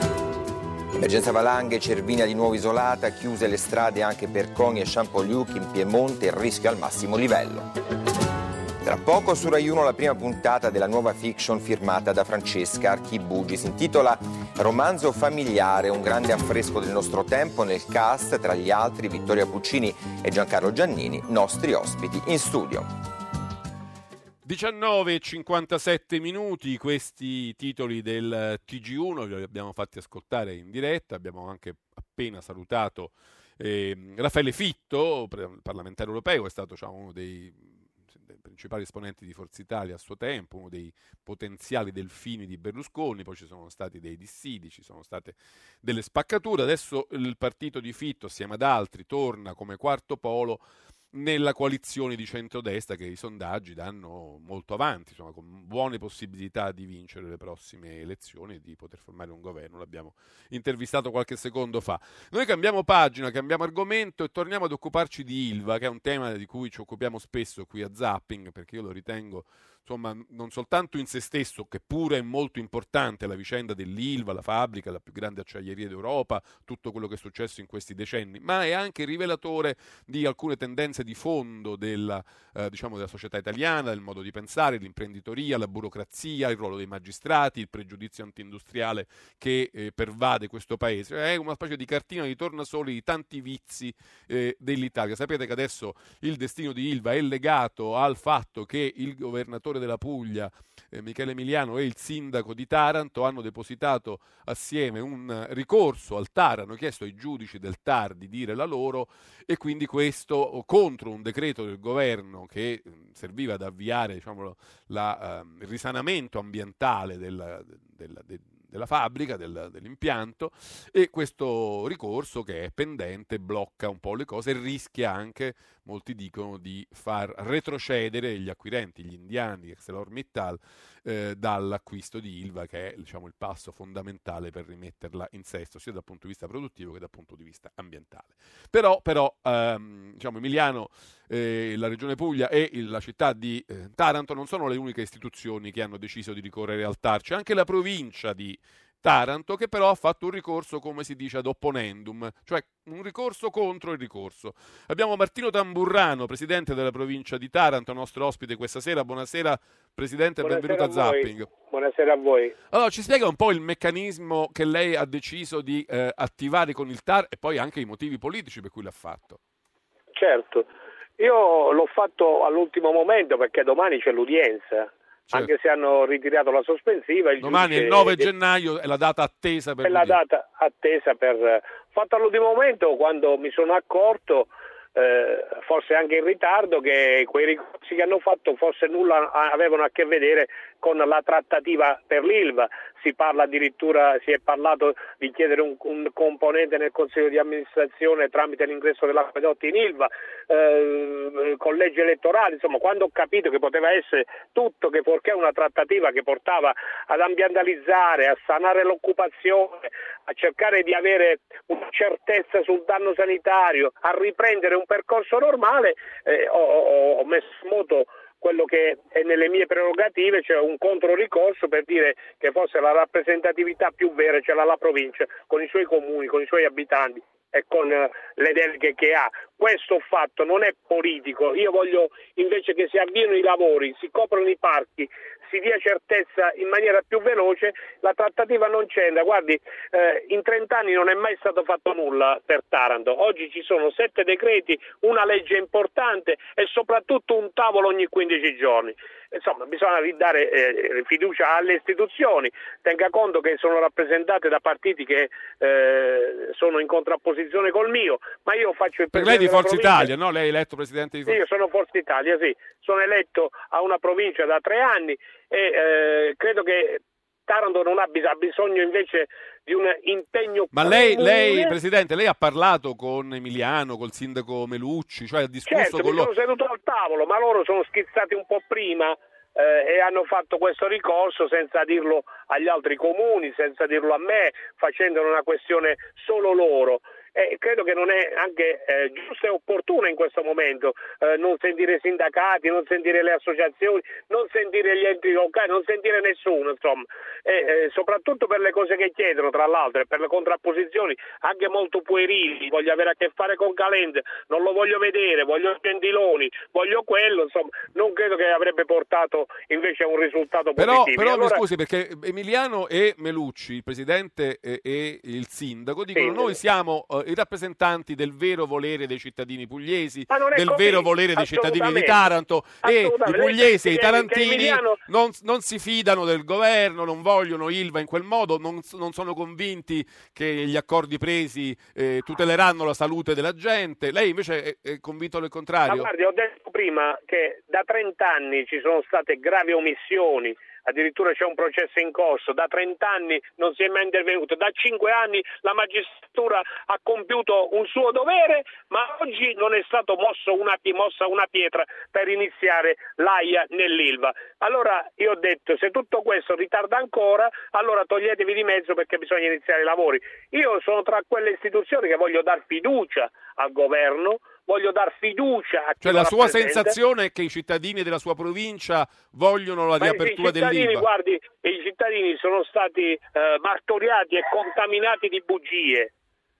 Emergenza valanghe, Cervinia di nuovo isolata, chiuse le strade anche per Coni e Champolliuc, in Piemonte il rischio al massimo livello. Tra poco su Rai uno la prima puntata della nuova fiction firmata da Francesca Archibugi. Si intitola Romanzo familiare, un grande affresco del nostro tempo. Nel cast, tra gli altri, Vittoria Puccini e Giancarlo Giannini, nostri ospiti in studio.
diciannove e cinquantasette minuti, questi titoli del T G uno li abbiamo fatti ascoltare in diretta, abbiamo anche appena salutato eh, Raffaele Fitto, parlamentare europeo, è stato diciamo, uno dei principali esponenti di Forza Italia a suo tempo, uno dei potenziali delfini di Berlusconi, poi ci sono stati dei dissidi, ci sono state delle spaccature, adesso il partito di Fitto assieme ad altri torna come quarto polo nella coalizione di centrodestra che i sondaggi danno molto avanti, insomma, con buone possibilità di vincere le prossime elezioni e di poter formare un governo. L'abbiamo intervistato qualche secondo fa. Noi cambiamo pagina, cambiamo argomento e torniamo ad occuparci di Ilva, che è un tema di cui ci occupiamo spesso qui a Zapping, perché io lo ritengo insomma non soltanto in se stesso, che pure è molto importante la vicenda dell'Ilva, la fabbrica, la più grande acciaieria d'Europa, tutto quello che è successo in questi decenni, ma è anche rivelatore di alcune tendenze di fondo della, eh, diciamo della società italiana, del modo di pensare, l'imprenditoria, la burocrazia, il ruolo dei magistrati, il pregiudizio antindustriale che eh, pervade questo paese. È una specie di cartina di tornasole di tanti vizi eh, dell'Italia. Sapete che adesso il destino di Ilva è legato al fatto che il governatore della Puglia, eh, Michele Emiliano, e il sindaco di Taranto hanno depositato assieme un ricorso al TAR, hanno chiesto ai giudici del TAR di dire la loro, e quindi questo contro un decreto del governo che serviva ad avviare diciamo, la, uh, il risanamento ambientale della, della, de, della fabbrica, del, dell'impianto, e questo ricorso che è pendente blocca un po' le cose e rischia anche, molti dicono, di far retrocedere gli acquirenti, gli indiani, ArcelorMittal, eh, dall'acquisto di Ilva, che è diciamo, il passo fondamentale per rimetterla in sesto, sia dal punto di vista produttivo che dal punto di vista ambientale. Però, però ehm, diciamo, Emiliano, eh, la Regione Puglia e il, la città di eh, Taranto non sono le uniche istituzioni che hanno deciso di ricorrere al TAR, c'è anche la provincia di Taranto che però ha fatto un ricorso, come si dice, ad opponendum, cioè un ricorso contro il ricorso. Abbiamo Martino Tamburrano, presidente della provincia di Taranto, nostro ospite questa sera. Buonasera Presidente,
Buonasera,
benvenuto a, a Zapping.
Buonasera a voi.
Allora, ci spiega un po' il meccanismo che lei ha deciso di eh, attivare con il TAR e poi anche i motivi politici per cui l'ha fatto.
Certo, io l'ho fatto all'ultimo momento perché domani c'è l'udienza. Certo. Anche se hanno ritirato la sospensiva, il
domani è il nove gennaio, è la data attesa per
è la data attesa per fatto all'ultimo momento, quando mi sono accorto, eh, forse anche in ritardo, che quei ricorsi che hanno fatto forse nulla avevano a che vedere con la trattativa per l'Ilva. Si parla addirittura, si è parlato di chiedere un, un componente nel Consiglio di amministrazione tramite l'ingresso dell'acquedotto in Ilva, eh, collegi elettorali, insomma, quando ho capito che poteva essere tutto che fuorché una trattativa che portava ad ambientalizzare, a sanare l'occupazione, a cercare di avere una certezza sul danno sanitario, a riprendere un percorso normale, eh, ho, ho, ho messo in moto quello che è nelle mie prerogative, cioè un controricorso per dire che forse la rappresentatività più vera ce l'ha la provincia, con i suoi comuni, con i suoi abitanti e con le deleghe che ha. Questo fatto non è politico, io voglio invece che si avviino i lavori, si coprono i parchi, si dia certezza in maniera più veloce, la trattativa non c'entra. Guardi, eh, in trent'anni non è mai stato fatto nulla per Taranto, oggi ci sono sette decreti, una legge importante e soprattutto un tavolo ogni quindici giorni. Insomma, bisogna ridare eh, fiducia alle istituzioni, tenga conto che sono rappresentate da partiti che eh, sono in contrapposizione col mio, ma io faccio il
per lei di Forza Italia, no? Lei è eletto presidente di Forza
Italia? Sì, io sono Forza Italia, sì, sono eletto a una provincia da tre anni e eh, credo che Taranto non ha bisogno, ha bisogno invece di un impegno.
Ma lei,
comune.
lei, Presidente, lei ha parlato con Emiliano, col sindaco Melucci, cioè ha discusso
Certo,
con
mi
loro?
sono seduto al tavolo, ma loro sono schizzati un po' prima eh, e hanno fatto questo ricorso senza dirlo agli altri comuni, senza dirlo a me, facendone una questione solo loro. E credo che non è anche eh, giusto e opportuno in questo momento eh, non sentire i sindacati, non sentire le associazioni, non sentire gli enti locali, non sentire nessuno, insomma, e, eh, soprattutto per le cose che chiedono, tra l'altro, e per le contrapposizioni anche molto puerili. Voglio avere a che fare con Calenda, non lo voglio vedere, voglio Gentiloni, voglio quello, insomma, non credo che avrebbe portato invece a un risultato
Però,
positivo.
però
allora...
mi scusi, perché Emiliano e Melucci, il Presidente e, e il Sindaco, dicono
Sì.
noi siamo eh, i rappresentanti del vero volere dei cittadini pugliesi,
Ma non è
del
così,
vero volere dei cittadini di Taranto, e i
assolutamente.
pugliesi e i
Lei-
tarantini
che Emiliano-
non, non si fidano del governo, non vogliono Ilva in quel modo, non, non sono convinti che gli accordi presi eh, tuteleranno la salute della gente. Lei invece è, è convinto del
Ma
contrario?
guardi, ho detto prima che da trenta anni ci sono state gravi omissioni, addirittura c'è un processo in corso, da trenta anni non si è mai intervenuto, da cinque anni la magistratura ha compiuto un suo dovere, ma oggi non è stato mosso una, mossa una pietra per iniziare l'A I A nell'Ilva. Allora io ho detto, se tutto questo ritarda ancora, allora toglietevi di mezzo perché bisogna iniziare i lavori. Io sono tra quelle istituzioni che voglio dar fiducia al governo, voglio dar fiducia a chi
Cioè
lo
la sua
rappresenta.
sensazione è che i cittadini della sua provincia vogliono la
Ma
riapertura
i cittadini,
dell'Ilva?
guardi, i cittadini sono stati eh, martoriati e contaminati di bugie.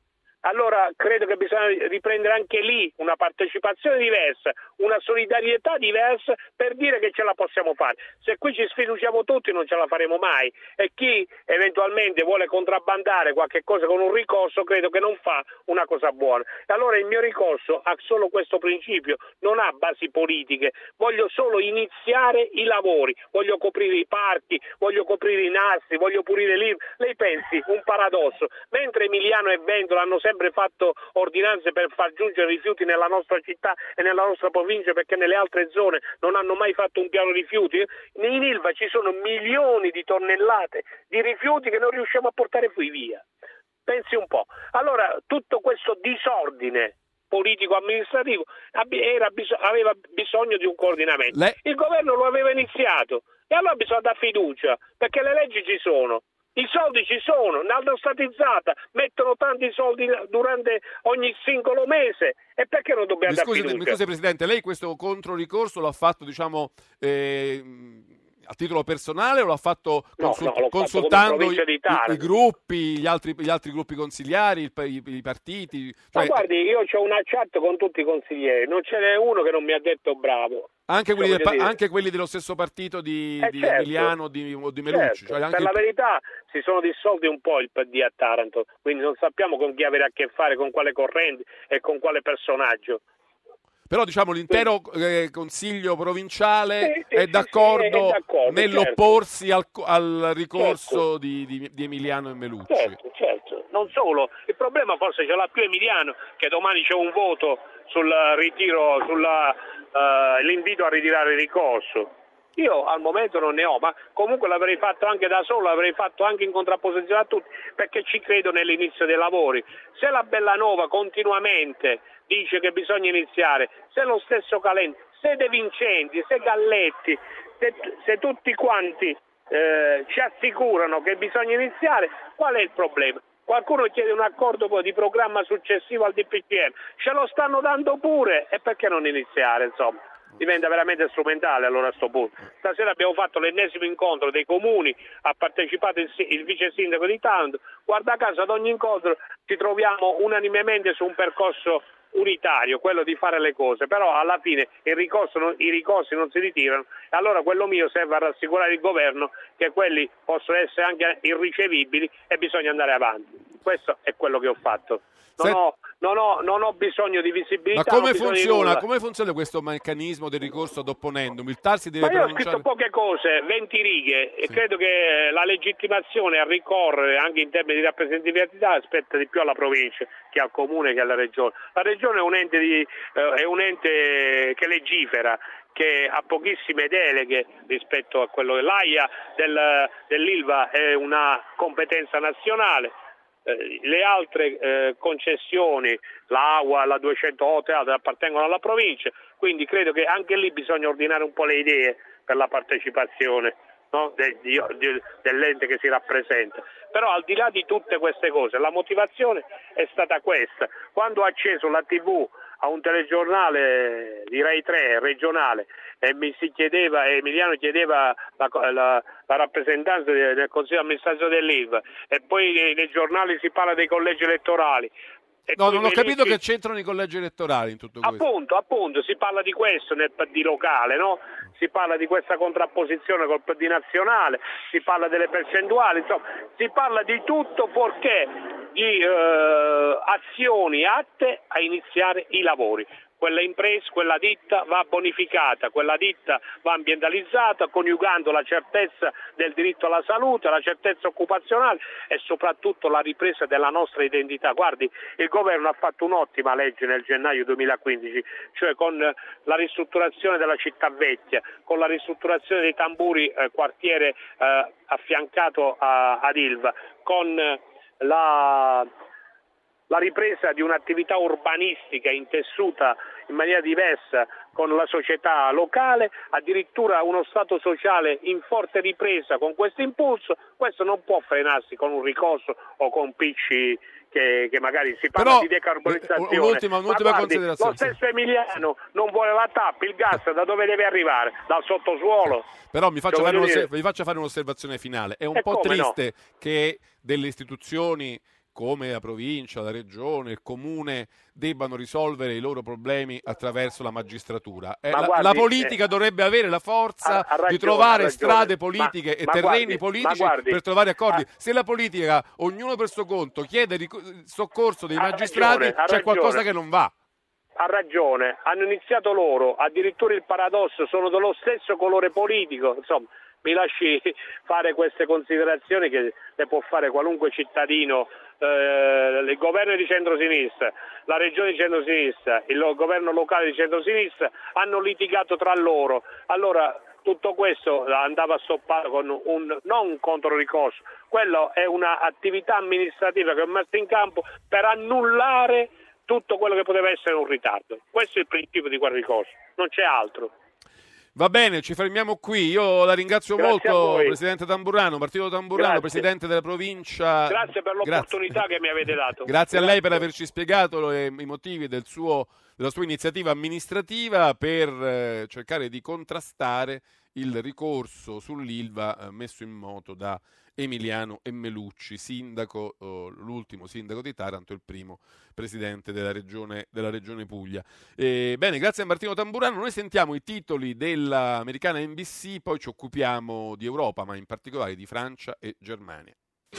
Allora credo che bisogna riprendere anche lì una partecipazione diversa, una solidarietà diversa per dire che ce la possiamo fare. Se qui ci sfiduciamo tutti non ce la faremo mai, e chi eventualmente vuole contrabbandare qualche cosa con un ricorso credo che non fa una cosa buona. E allora il mio ricorso ha solo questo principio, non ha basi politiche, voglio solo iniziare i lavori, voglio coprire i parchi, voglio coprire i nastri, voglio pulire l'Ilva. Lei pensi, un paradosso, mentre Emiliano e Vendola hanno sempre sempre fatto ordinanze per far giungere rifiuti nella nostra città e nella nostra provincia, perché nelle altre zone non hanno mai fatto un piano rifiuti. In Ilva ci sono milioni di tonnellate di rifiuti che non riusciamo a portare qui via. Pensi un po'. Allora tutto questo disordine politico-amministrativo era, aveva bisogno di un coordinamento.
Le...
Il governo lo aveva iniziato e allora bisogna dare fiducia, perché le leggi ci sono. I soldi ci sono, l'hanno statizzata, mettono tanti soldi durante ogni singolo mese, e perché non dobbiamo
mi
dare
scusi,
fiducia?
Mi scusi Presidente, lei questo controricorso l'ha fatto diciamo eh, a titolo personale o l'ha fatto, consult-
no, no,
consultando
fatto
i, i, i gruppi, gli altri, gli altri gruppi consigliari, il, i, i partiti? Cioè,
Ma guardi, io ho una chat con tutti i consiglieri, non ce n'è uno che non mi ha detto bravo.
Anche quelli,
cioè,
del, anche quelli dello stesso partito di,
eh
di
certo,
Emiliano di, o di Melucci?
Certo.
Cioè anche
per la
il...
verità si sono dissolti un po' il P D a Taranto, quindi non sappiamo con chi avere a che fare, con quale corrente e con quale personaggio.
Però diciamo l'intero eh, Consiglio provinciale
sì, sì,
è,
sì,
d'accordo
sì, è d'accordo
nell'opporsi
certo.
al, al ricorso
certo.
di, di, di Emiliano e Melucci.
Certo, certo. Non solo, il problema forse ce l'ha più Emiliano, che domani c'è un voto sul ritiro, sull'invito uh, a ritirare il ricorso. Io al momento non ne ho, ma comunque l'avrei fatto anche da solo, l'avrei fatto anche in contrapposizione a tutti, perché ci credo nell'inizio dei lavori. Se la Bellanova continuamente dice che bisogna iniziare, se lo stesso Calenda, se De Vincenti, se Galletti, se, se tutti quanti eh, ci assicurano che bisogna iniziare, qual è il problema? Qualcuno chiede un accordo poi di programma successivo al D P C M, ce lo stanno dando pure, e perché non iniziare, insomma? Diventa veramente strumentale allora a sto punto. Stasera abbiamo fatto l'ennesimo incontro dei comuni, ha partecipato il, il vice sindaco di Taranto. Guarda caso ad ogni incontro ci troviamo unanimemente su un percorso unitario, quello di fare le cose, però alla fine il ricorso, i ricorsi non si ritirano, e allora quello mio serve a rassicurare il governo che quelli possono essere anche irricevibili e bisogna andare avanti. Questo è quello che ho fatto. Non, Se... ho, non, ho, non ho bisogno di visibilità.
Ma come funziona? Come funziona questo meccanismo del ricorso ad opponendum? Il T A R si deve
Ma io
pronunciare...
ho scritto poche cose, venti righe,
sì.
E credo che la legittimazione a ricorrere anche in termini di rappresentatività spetta di più alla provincia che al comune che alla regione. La regione è un ente, di, eh, è un ente che legifera, che ha pochissime deleghe rispetto a quello dell'A I A, del, dell'Ilva è una competenza nazionale. Eh, le altre eh, concessioni, la A U A, la duecentotto e altre appartengono alla provincia, quindi credo che anche lì bisogna ordinare un po' le idee per la partecipazione, no? de, di, de, dell'ente che si rappresenta. Però al di là di tutte queste cose, la motivazione è stata questa. Quando ho acceso la tivù a un telegiornale di Rai tre regionale e mi si chiedeva, Emiliano chiedeva la, la, la rappresentanza del Consiglio di amministrazione dell'Ilva, e poi nei, nei giornali si parla dei collegi elettorali. E
no, non ho capito
leggi...
che c'entrano i collegi elettorali in tutto questo.
Appunto, appunto, si parla di questo nel P D locale, no? Si parla di questa contrapposizione col P D nazionale, si parla delle percentuali, insomma, si parla di tutto fuorché di eh, azioni atte a iniziare i lavori. Quella impresa, quella ditta va bonificata, quella ditta va ambientalizzata, coniugando la certezza del diritto alla salute, la certezza occupazionale e soprattutto la ripresa della nostra identità. Guardi, il governo ha fatto un'ottima legge nel gennaio duemilaquindici, cioè con la ristrutturazione della città vecchia, con la ristrutturazione dei Tamburi, eh, quartiere eh, affiancato a, ad Ilva, con la... la ripresa di un'attività urbanistica intessuta in maniera diversa con la società locale, addirittura uno stato sociale in forte ripresa con questo impulso. Questo non può frenarsi con un ricorso o con picci che, che magari si parla. Però, di decarbonizzazione.
Un'ultima, un'ultima
Ma guardi,
considerazione.
lo stesso Emiliano non vuole la tappa, il gas da dove deve arrivare? Dal sottosuolo?
Però mi faccio, fare,
dire...
vi faccio fare un'osservazione finale. È un
e
po' triste
no?
che delle istituzioni come la provincia, la regione, il comune debbano risolvere i loro problemi attraverso la magistratura. Eh, la,
guardi,
la politica eh, dovrebbe avere la forza
ha, ha ragione,
di trovare
ragione,
strade politiche
ma,
e
ma
terreni
guardi,
politici
guardi,
per trovare accordi.
ha,
Se la politica, ognuno per suo conto, chiede ric- soccorso dei magistrati,
ragione,
c'è qualcosa che non va.
Ha ragione, hanno iniziato loro, addirittura il paradosso, sono dello stesso colore politico, insomma. Mi lasci fare queste considerazioni che le può fare qualunque cittadino. Eh, il governo di centrosinistra, la regione di centrosinistra, il lo- governo locale di centrosinistra hanno litigato tra loro. Allora tutto questo andava stoppato con un non un controricorso, quello è un'attività amministrativa che è messa in campo per annullare tutto quello che poteva essere un ritardo. Questo è il principio di quel ricorso, non c'è altro.
Va bene, ci fermiamo qui. Io la ringrazio
Grazie
molto, Presidente Tamburrano, Partito Tamburano,
Grazie.
Presidente della provincia.
Grazie per l'opportunità
Grazie.
che mi avete dato.
Grazie, Grazie a lei per averci spiegato le, i motivi del suo, della sua iniziativa amministrativa per eh, cercare di contrastare il ricorso sull'Ilva eh, messo in moto da Emiliano Emmelucci, sindaco, oh, l'ultimo sindaco di Taranto, il primo presidente della regione, della regione Puglia. Eh, bene, grazie a Martino Tamburano. Noi sentiamo i titoli dell'americana N B C, poi ci occupiamo di Europa, ma in particolare di Francia e Germania.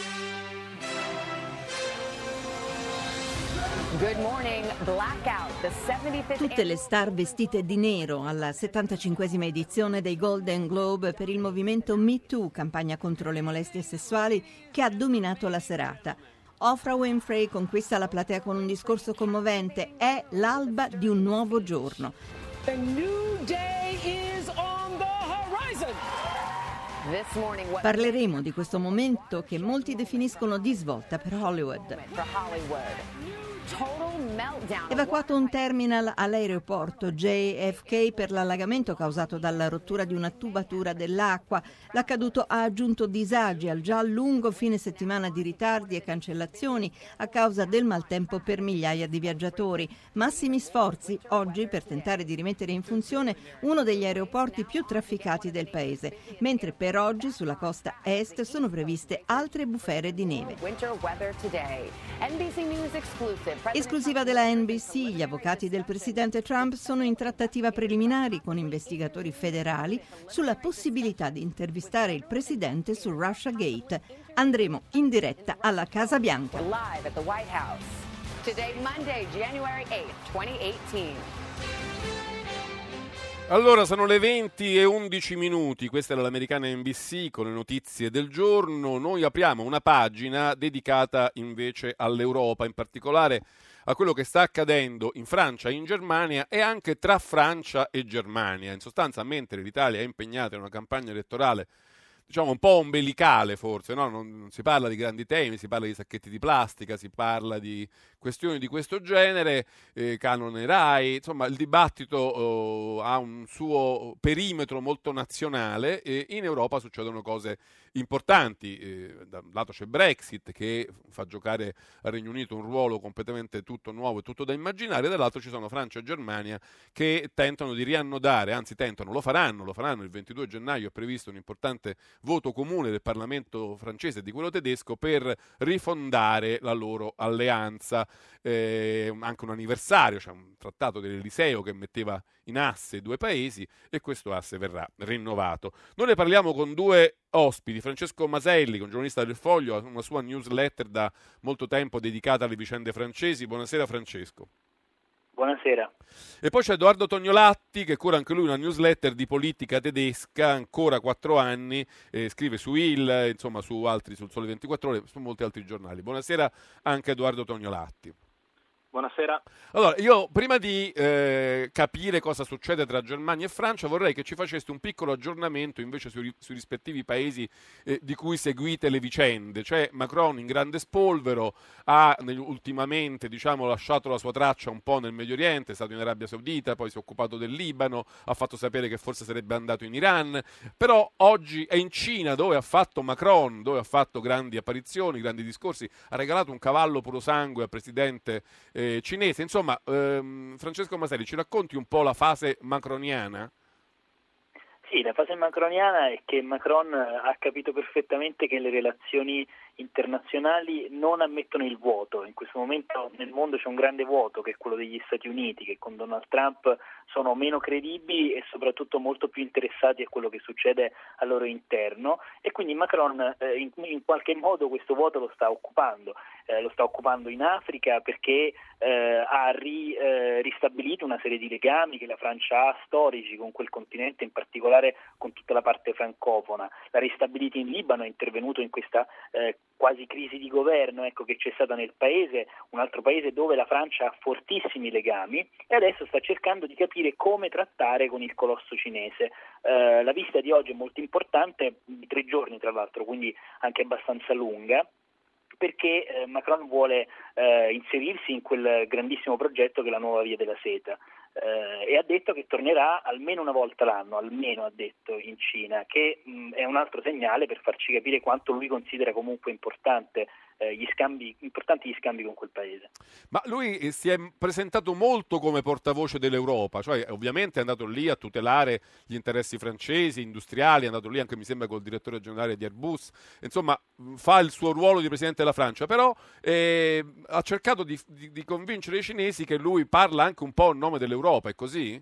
Good morning. Blackout, the seventy-fifth
Tutte le star vestite di nero alla settantacinquesima edizione dei Golden Globe per il movimento Me Too, campagna contro le molestie sessuali che ha dominato la serata. Oprah Winfrey conquista la platea con un discorso commovente. È l'alba di un nuovo giorno.
The new day is on the horizon.
This morning, what...
Parleremo di questo momento che molti definiscono di svolta per Hollywood.
For Hollywood. Total meltdown.
Evacuato un terminal all'aeroporto J F K per l'allagamento causato dalla rottura di una tubatura dell'acqua. L'accaduto ha aggiunto disagi al già lungo fine settimana di ritardi e cancellazioni a causa del maltempo per migliaia di viaggiatori. Massimi sforzi oggi per tentare di rimettere in funzione uno degli aeroporti più trafficati del paese, mentre per oggi sulla costa est sono previste altre bufere di neve.
Winter weather today. N B C News exclusive.
Esclusiva della N B C, gli avvocati del presidente Trump sono in trattativa preliminari con investigatori federali sulla possibilità di intervistare il presidente su Russiagate. Andremo in diretta alla Casa Bianca.
Live at the White House. Today, Monday, January eighth, twenty eighteen.
Allora, sono le venti e undici minuti, questa è l'americana N B C con le notizie del giorno. Noi apriamo una pagina dedicata invece all'Europa, in particolare a quello che sta accadendo in Francia e in Germania e anche tra Francia e Germania. In sostanza, mentre l'Italia è impegnata in una campagna elettorale diciamo un po' ombelicale forse, no? non, non si parla di grandi temi, si parla di sacchetti di plastica, si parla di questioni di questo genere, eh, canone RAI, insomma il dibattito eh, ha un suo perimetro molto nazionale e in Europa succedono cose importanti, eh, da un lato c'è Brexit che fa giocare al Regno Unito un ruolo completamente tutto nuovo e tutto da immaginare, dall'altro ci sono Francia e Germania che tentano di riannodare, anzi tentano, lo faranno, lo faranno il ventidue gennaio, è previsto un importante voto comune del Parlamento francese e di quello tedesco per rifondare la loro alleanza, eh, anche un anniversario, cioè un trattato dell'Eliseo che metteva in asse i due paesi e questo asse verrà rinnovato. Noi ne parliamo con due ospiti, Francesco Maselli, un giornalista del Foglio, ha una sua newsletter da molto tempo dedicata alle vicende francesi. Buonasera Francesco.
Buonasera.
E poi c'è Edoardo Tognolatti che cura anche lui una newsletter di politica tedesca, ancora quattro anni, eh, scrive su Il, insomma su altri, sul Sole ventiquattro Ore, su molti altri giornali. Buonasera anche Edoardo Tognolatti.
Buonasera.
Allora, io prima di eh, capire cosa succede tra Germania e Francia vorrei che ci faceste un piccolo aggiornamento invece sui, sui rispettivi paesi eh, di cui seguite le vicende. Cioè Macron in grande spolvero ha nel, ultimamente diciamo, lasciato la sua traccia un po' nel Medio Oriente, è stato in Arabia Saudita, poi si è occupato del Libano, ha fatto sapere che forse sarebbe andato in Iran, però oggi è in Cina dove ha fatto Macron, dove ha fatto grandi apparizioni, grandi discorsi, ha regalato un cavallo puro sangue al presidente eh, cinese. Insomma, ehm, Francesco Maselli, ci racconti un po' la fase macroniana?
Sì, la fase macroniana è che Macron ha capito perfettamente che le relazioni internazionali non ammettono il vuoto. In questo momento nel mondo c'è un grande vuoto che è quello degli Stati Uniti, che con Donald Trump sono meno credibili e soprattutto molto più interessati a quello che succede al loro interno, e quindi Macron eh, in, in qualche modo questo vuoto lo sta occupando. Eh, lo sta occupando in Africa perché eh, ha ri, eh, ristabilito una serie di legami che la Francia ha storici con quel continente, in particolare con tutta la parte francofona. L'ha ristabilito in Libano, è intervenuto in questa eh, quasi crisi di governo ecco, che c'è stata nel paese, un altro paese dove la Francia ha fortissimi legami, e adesso sta cercando di capire come trattare con il colosso cinese. Eh, la visita di oggi è molto importante, di tre giorni tra l'altro, quindi anche abbastanza lunga, perché eh, Macron vuole eh, inserirsi in quel grandissimo progetto che è la nuova Via della Seta. Eh, e ha detto che tornerà almeno una volta l'anno, almeno ha detto, in Cina, che mh, è un altro segnale per farci capire quanto lui considera comunque importante eh, gli scambi, importanti gli scambi con quel paese.
Ma lui si è presentato molto come portavoce dell'Europa, cioè ovviamente è andato lì a tutelare gli interessi francesi, industriali, è andato lì anche mi sembra col direttore generale di Airbus, insomma fa il suo ruolo di presidente della Francia, però eh, ha cercato di, di, di convincere i cinesi che lui parla anche un po' in nome dell'Europa, è così?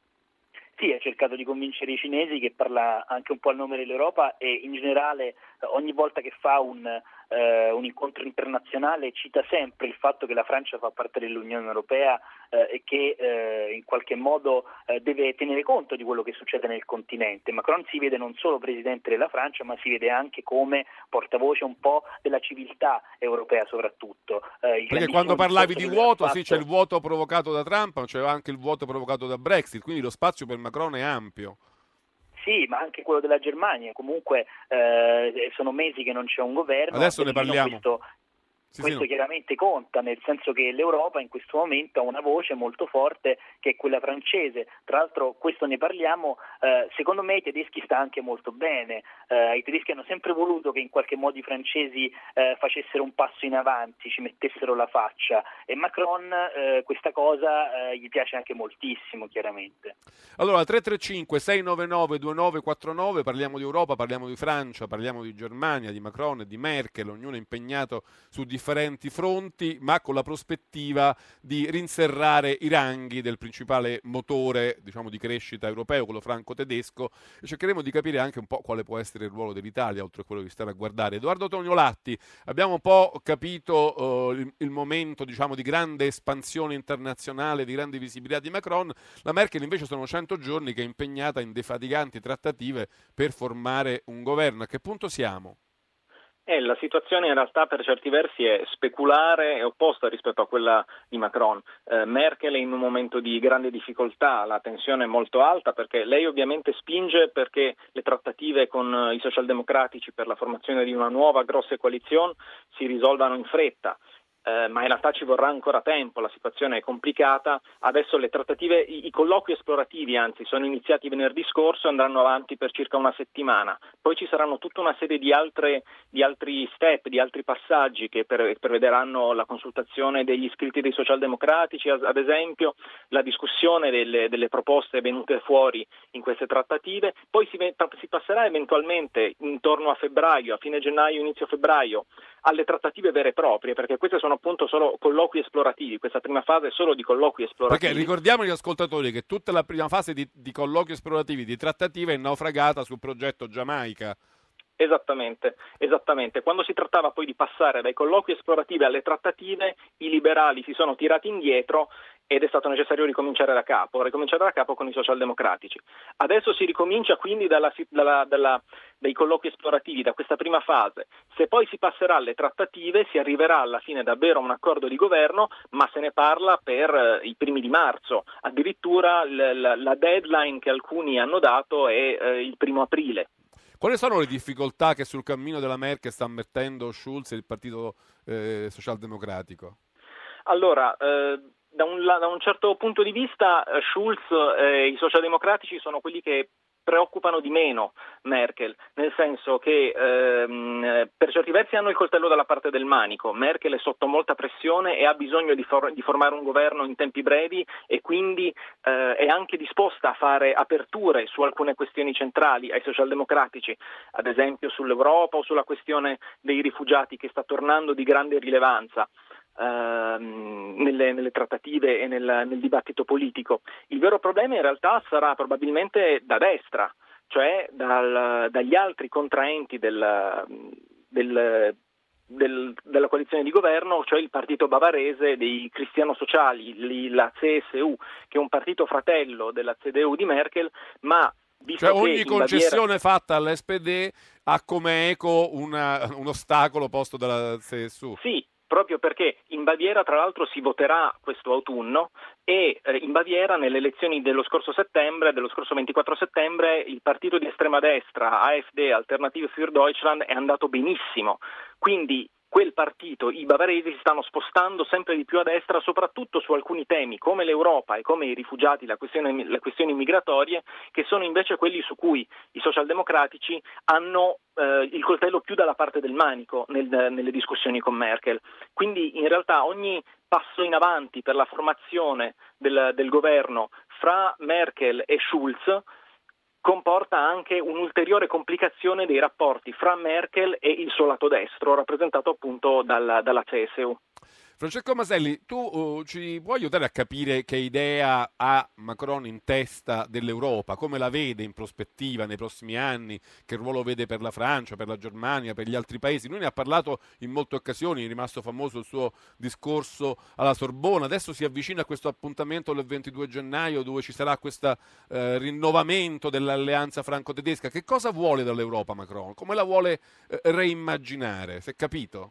Sì, ha cercato di convincere i cinesi che parla anche un po' a nome dell'Europa e in generale ogni volta che fa un, eh, un incontro internazionale cita sempre il fatto che la Francia fa parte dell'Unione Europea eh, e che eh, in qualche modo eh, deve tenere conto di quello che succede nel continente. Macron si vede non solo presidente della Francia, ma si vede anche come portavoce un po' della civiltà europea soprattutto. Eh,
Perché quando parlavi di vuoto, fatto... sì, c'è il vuoto provocato da Trump, ma c'è anche il vuoto provocato da Brexit, quindi lo spazio per Macron è ampio.
Sì, ma anche quello della Germania, comunque eh, sono mesi che non c'è un governo.
Adesso ne parliamo.
Questo,
sì,
questo
sì, no.
chiaramente conta, nel senso che l'Europa in questo momento ha una voce molto forte che è quella francese. Tra l'altro questo ne parliamo, eh, secondo me i tedeschi sta anche molto bene. Eh, i tedeschi hanno sempre voluto che in qualche modo i francesi eh, facessero un passo in avanti, ci mettessero la faccia, e Macron eh, questa cosa eh, gli piace anche moltissimo, chiaramente.
Allora, tre tre cinque sei nove nove due nove quattro nove, parliamo di Europa, parliamo di Francia, parliamo di Germania, di Macron e di Merkel, ognuno è impegnato su differenti differenti fronti, ma con la prospettiva di rinserrare i ranghi del principale motore, diciamo, di crescita europeo, quello franco-tedesco, e cercheremo di capire anche un po' quale può essere il ruolo dell'Italia, oltre a quello di stare a guardare. Edoardo Toniolatti, abbiamo un po' capito uh, il, il momento, diciamo, di grande espansione internazionale, di grande visibilità di Macron. La Merkel invece sono cento giorni che è impegnata in defatiganti trattative per formare un governo. A che punto siamo?
Eh, la situazione in realtà per certi versi è speculare e opposta rispetto a quella di Macron. Eh, Merkel è in un momento di grande difficoltà, la tensione è molto alta perché lei ovviamente spinge perché le trattative con i socialdemocratici per la formazione di una nuova grossa coalizione si risolvano in fretta. Eh, ma in realtà ci vorrà ancora tempo, la situazione è complicata. Adesso le trattative, i, i colloqui esplorativi anzi sono iniziati venerdì scorso e andranno avanti per circa una settimana, poi ci saranno tutta una serie di, altre, di altri step, di altri passaggi che per, prevederanno la consultazione degli iscritti dei socialdemocratici, ad, ad esempio la discussione delle, delle proposte venute fuori in queste trattative, poi si, si passerà eventualmente intorno a febbraio, a fine gennaio, inizio febbraio, alle trattative vere e proprie, perché queste sono appunto solo colloqui esplorativi, questa prima fase è solo di colloqui esplorativi.
Perché ricordiamo agli ascoltatori che tutta la prima fase di, di colloqui esplorativi, di trattative, è naufragata sul progetto Giamaica.
Esattamente, esattamente. Quando si trattava poi di passare dai colloqui esplorativi alle trattative, i liberali si sono tirati indietro ed è stato necessario ricominciare da capo, ricominciare da capo con i socialdemocratici. Adesso si ricomincia quindi dalla, dalla, dalla, dai colloqui esplorativi, da questa prima fase. Se poi si passerà alle trattative si arriverà alla fine davvero a un accordo di governo, ma se ne parla per eh, i primi di marzo. Addirittura l- la, la deadline che alcuni hanno dato è eh, il primo aprile.
Quali sono le difficoltà che sul cammino della Merkel sta ammettendo Schulz e il Partito eh, Socialdemocratico?
Allora, eh, da, un, da un certo punto di vista eh, Schulz e eh, i socialdemocratici sono quelli che preoccupano di meno Merkel, nel senso che ehm, per certi versi hanno il coltello dalla parte del manico. Merkel è sotto molta pressione e ha bisogno di, for- di formare un governo in tempi brevi e quindi eh, è anche disposta a fare aperture su alcune questioni centrali ai socialdemocratici, ad esempio sull'Europa o sulla questione dei rifugiati che sta tornando di grande rilevanza Nelle, nelle trattative e nel, nel dibattito politico. Il vero problema in realtà sarà probabilmente da destra, cioè dal, dagli altri contraenti del, del, del, della coalizione di governo, cioè il partito bavarese dei cristiano-sociali, la C S U, che è un partito fratello della C D U di Merkel, ma visto
cioè ogni
che
concessione
Baviera...
fatta all'S P D ha come eco una, un ostacolo posto dalla C S U.
Sì, proprio perché in Baviera tra l'altro si voterà questo autunno e eh, in Baviera nelle elezioni dello scorso settembre, dello scorso ventiquattro settembre, il partito di estrema destra, A F D, Alternative für Deutschland, è andato benissimo. Quindi quel partito, i bavaresi, si stanno spostando sempre di più a destra, soprattutto su alcuni temi come l'Europa e come i rifugiati, la questione, le questioni migratorie, che sono invece quelli su cui i socialdemocratici hanno eh, il coltello più dalla parte del manico nel, nelle discussioni con Merkel. Quindi in realtà ogni passo in avanti per la formazione del, del governo fra Merkel e Schulz comporta anche un'ulteriore complicazione dei rapporti fra Merkel e il suo lato destro, rappresentato appunto dalla, dalla C S U.
Francesco Maselli, tu uh, ci puoi aiutare a capire che idea ha Macron in testa dell'Europa, come la vede in prospettiva nei prossimi anni, che ruolo vede per la Francia, per la Germania, per gli altri paesi? Lui ne ha parlato in molte occasioni, è rimasto famoso il suo discorso alla Sorbona, adesso si avvicina a questo appuntamento del ventidue gennaio dove ci sarà questo eh, rinnovamento dell'alleanza franco-tedesca. Che cosa vuole dall'Europa Macron? Come la vuole eh, reimmaginare? Si è capito?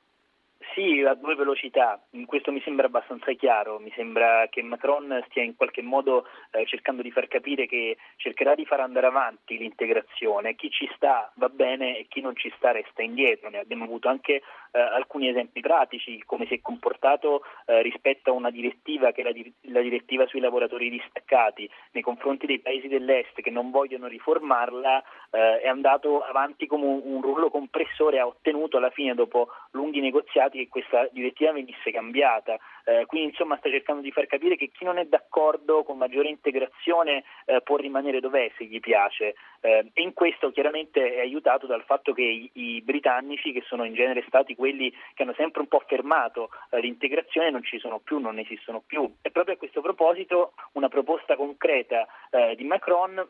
Sì, a due velocità, questo mi sembra abbastanza chiaro, mi sembra che Macron stia in qualche modo eh, cercando di far capire che cercherà di far andare avanti l'integrazione, chi ci sta va bene e chi non ci sta resta indietro. Ne abbiamo avuto anche eh, alcuni esempi pratici, come si è comportato eh, rispetto a una direttiva che è la, di- la direttiva sui lavoratori distaccati nei confronti dei paesi dell'est che non vogliono riformarla, eh, è andato avanti come un, un rullo compressore, ha ottenuto alla fine dopo lunghi negoziati che questa direttiva venisse cambiata. Eh, quindi insomma sta cercando di far capire che chi non è d'accordo con maggiore integrazione eh, può rimanere dov'è se gli piace, eh, e in questo chiaramente è aiutato dal fatto che i, i britannici, che sono in genere stati quelli che hanno sempre un po' fermato eh, l'integrazione, non ci sono più, non esistono più. E proprio a questo proposito una proposta concreta eh, di Macron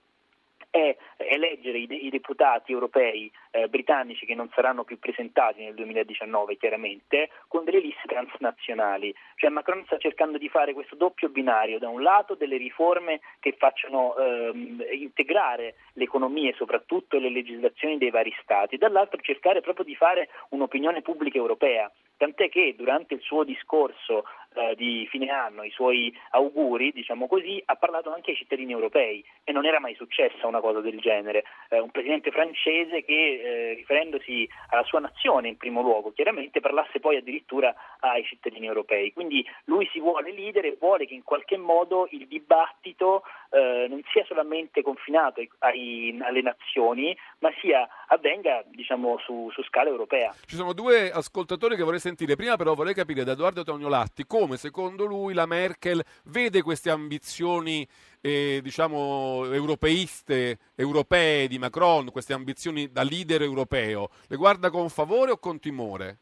è eleggere i, de- i deputati europei eh, britannici, che non saranno più presentati nel duemiladiciannove chiaramente, con delle liste transnazionali. Cioè Macron sta cercando di fare questo doppio binario: da un lato delle riforme che facciano ehm, integrare le economie, soprattutto le legislazioni dei vari stati, e dall'altro cercare proprio di fare un'opinione pubblica europea. Tant'è che durante il suo discorso eh, di fine anno, i suoi auguri, diciamo così, ha parlato anche ai cittadini europei, e non era mai successa una cosa del genere. Eh, un presidente francese che, eh, riferendosi alla sua nazione in primo luogo, chiaramente parlasse poi addirittura ai cittadini europei. Quindi lui si vuole leader e vuole che in qualche modo il dibattito eh, non sia solamente confinato ai, ai, alle nazioni, ma sia avvenga, diciamo, su, su scala europea.
Ci sono due ascoltatori che vorrei sentire. Prima però vorrei capire da Edoardo Toniolatti come secondo lui la Merkel vede queste ambizioni eh, diciamo europeiste, europee di Macron, queste ambizioni da leader europeo. Le guarda con favore o con timore?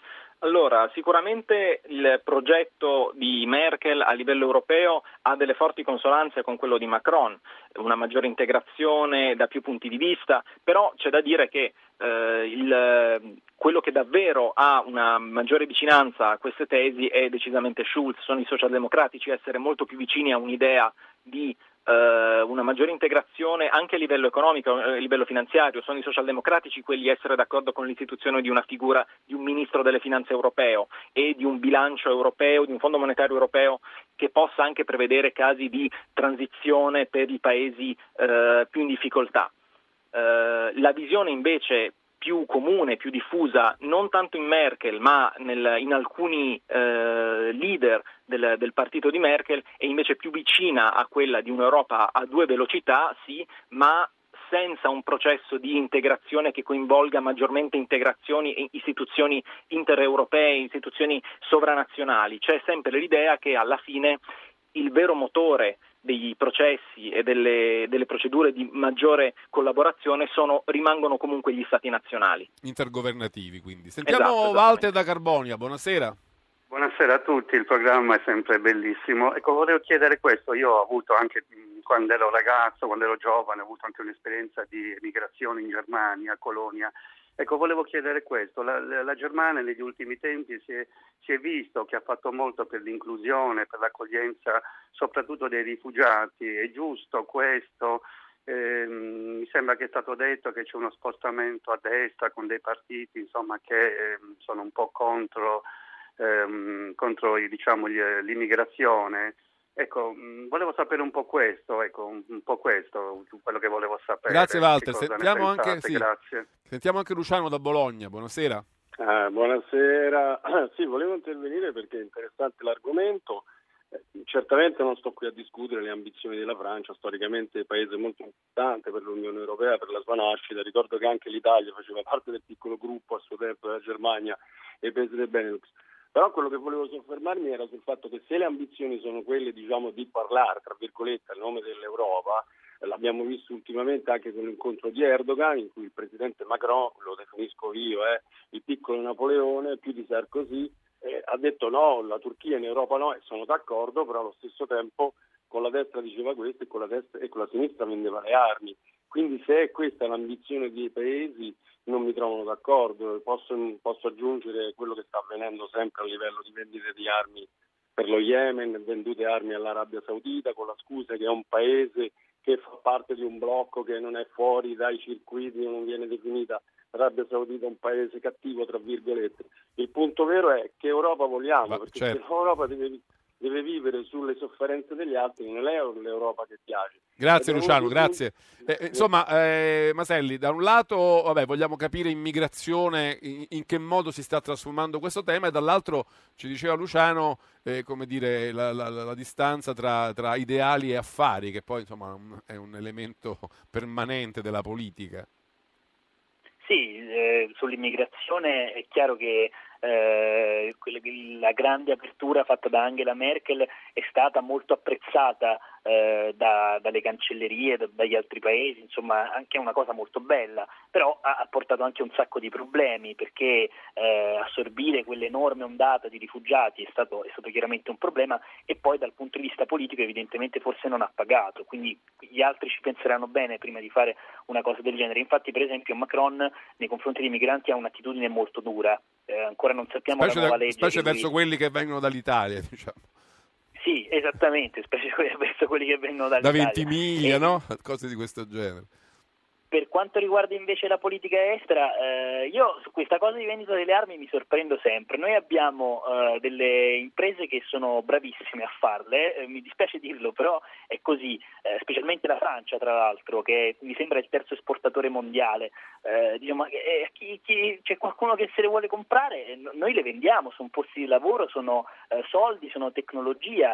Allora, sicuramente il progetto di Merkel a livello europeo ha delle forti consonanze con quello di Macron, una maggiore integrazione da più punti di vista, però c'è da dire che eh, il, quello che davvero ha una maggiore vicinanza a queste tesi è decisamente Schulz. Sono i socialdemocratici a essere molto più vicini a un'idea di una maggiore integrazione anche a livello economico, a livello finanziario. Sono i socialdemocratici quelli a essere d'accordo con l'istituzione di una figura di un ministro delle finanze europeo e di un bilancio europeo, di un fondo monetario europeo che possa anche prevedere casi di transizione per i paesi eh, più in difficoltà. Eh, la visione invece più comune, più diffusa, non tanto in Merkel ma nel, in alcuni eh, leader del, del partito di Merkel, è invece più vicina a quella di un'Europa a due velocità, sì, ma senza un processo di integrazione che coinvolga maggiormente integrazioni e istituzioni intereuropee, istituzioni sovranazionali. C'è sempre l'idea che alla fine il vero motore dei processi e delle, delle procedure di maggiore collaborazione sono, rimangono comunque gli stati nazionali.
Intergovernativi, quindi. Sentiamo
esatto,
Walter da Carbonia, buonasera.
Buonasera a tutti, il programma è sempre bellissimo. Ecco, volevo chiedere questo: io ho avuto anche, quando ero ragazzo, quando ero giovane, ho avuto anche un'esperienza di emigrazione in Germania, a Colonia. Ecco, volevo chiedere questo: la, la, la Germania negli ultimi tempi si è, si è visto che ha fatto molto per l'inclusione, per l'accoglienza soprattutto dei rifugiati. È giusto questo? Eh, mi sembra che è stato detto che c'è uno spostamento a destra con dei partiti, insomma, che eh, sono un po' contro, ehm, contro diciamo, gli, l'immigrazione. Ecco, mh, volevo sapere un po' questo, ecco, un, un po' questo, quello che volevo sapere.
Grazie Walter, sentiamo
pensate,
anche, sì,
grazie.
sentiamo anche Luciano da Bologna, buonasera.
Ah, buonasera, sì, volevo intervenire perché è interessante l'argomento. Eh, certamente non sto qui a discutere le ambizioni della Francia, storicamente paese molto importante per l'Unione Europea, per la sua nascita. Ricordo che anche l'Italia faceva parte del piccolo gruppo a suo tempo della Germania e i paesi del Benelux. Però quello che volevo soffermarmi era sul fatto che se le ambizioni sono quelle, diciamo, di parlare, tra virgolette, a nome dell'Europa, l'abbiamo visto ultimamente anche con l'incontro di Erdogan, in cui il presidente Macron, lo definisco io, eh, il piccolo Napoleone, più di Sarkozy, eh, ha detto no, la Turchia in Europa no, e sono d'accordo, però allo stesso tempo con la destra diceva questo e con la, destra, e con la sinistra vendeva le armi. Quindi se è questa l'ambizione dei paesi, non mi trovano d'accordo. Posso, posso aggiungere quello che sta avvenendo sempre a livello di vendite di armi per lo Yemen, vendute armi all'Arabia Saudita con la scusa che è un paese che fa parte di un blocco che non è fuori dai circuiti, non viene definita l'Arabia Saudita un paese cattivo, tra virgolette. Il punto vero è che Europa vogliamo,
Ma,
perché
certo.
se l'Europa deve, deve vivere sulle sofferenze degli altri, non è l'Europa che piace.
Grazie
Ed
Luciano,
uno...
grazie. Eh, insomma, eh, Maselli, da un lato vabbè, vogliamo capire immigrazione, in, in che modo si sta trasformando questo tema, e dall'altro ci diceva Luciano, eh, come dire, la, la, la distanza tra, tra ideali e affari, che poi insomma è un elemento permanente della politica.
Sì, eh, sull'immigrazione è chiaro che eh, la grande apertura fatta da Angela Merkel è stata molto apprezzata eh, da, dalle cancellerie, da, dagli altri paesi, insomma anche una cosa molto bella, però ha, ha portato anche un sacco di problemi, perché eh, assorbire quell'enorme ondata di rifugiati è stato, è stato chiaramente un problema, e poi dal punto di vista politico evidentemente forse non ha pagato, quindi gli altri ci penseranno bene prima di fare una cosa del genere. Infatti per esempio Macron nei confronti dei migranti ha un'attitudine molto dura, eh, ancora non sappiamo
specie
la nuova
da,
legge
specie
lui...
verso quelli che vengono dall'Italia, diciamo.
Sì, esattamente, specie verso quelli che vengono dall'Italia.
Da Ventimiglia,
e...
no? Cose di questo genere.
Per quanto riguarda invece la politica estera, eh, io su questa cosa di vendita delle armi mi sorprendo sempre. Noi abbiamo eh, delle imprese che sono bravissime a farle, eh, mi dispiace dirlo, però è così, eh, specialmente la Francia, tra l'altro, che mi sembra il terzo esportatore mondiale. Eh, diciamo, eh, chi, chi, c'è qualcuno che se le vuole comprare, eh, noi le vendiamo, sono posti di lavoro, sono eh, soldi, sono tecnologia.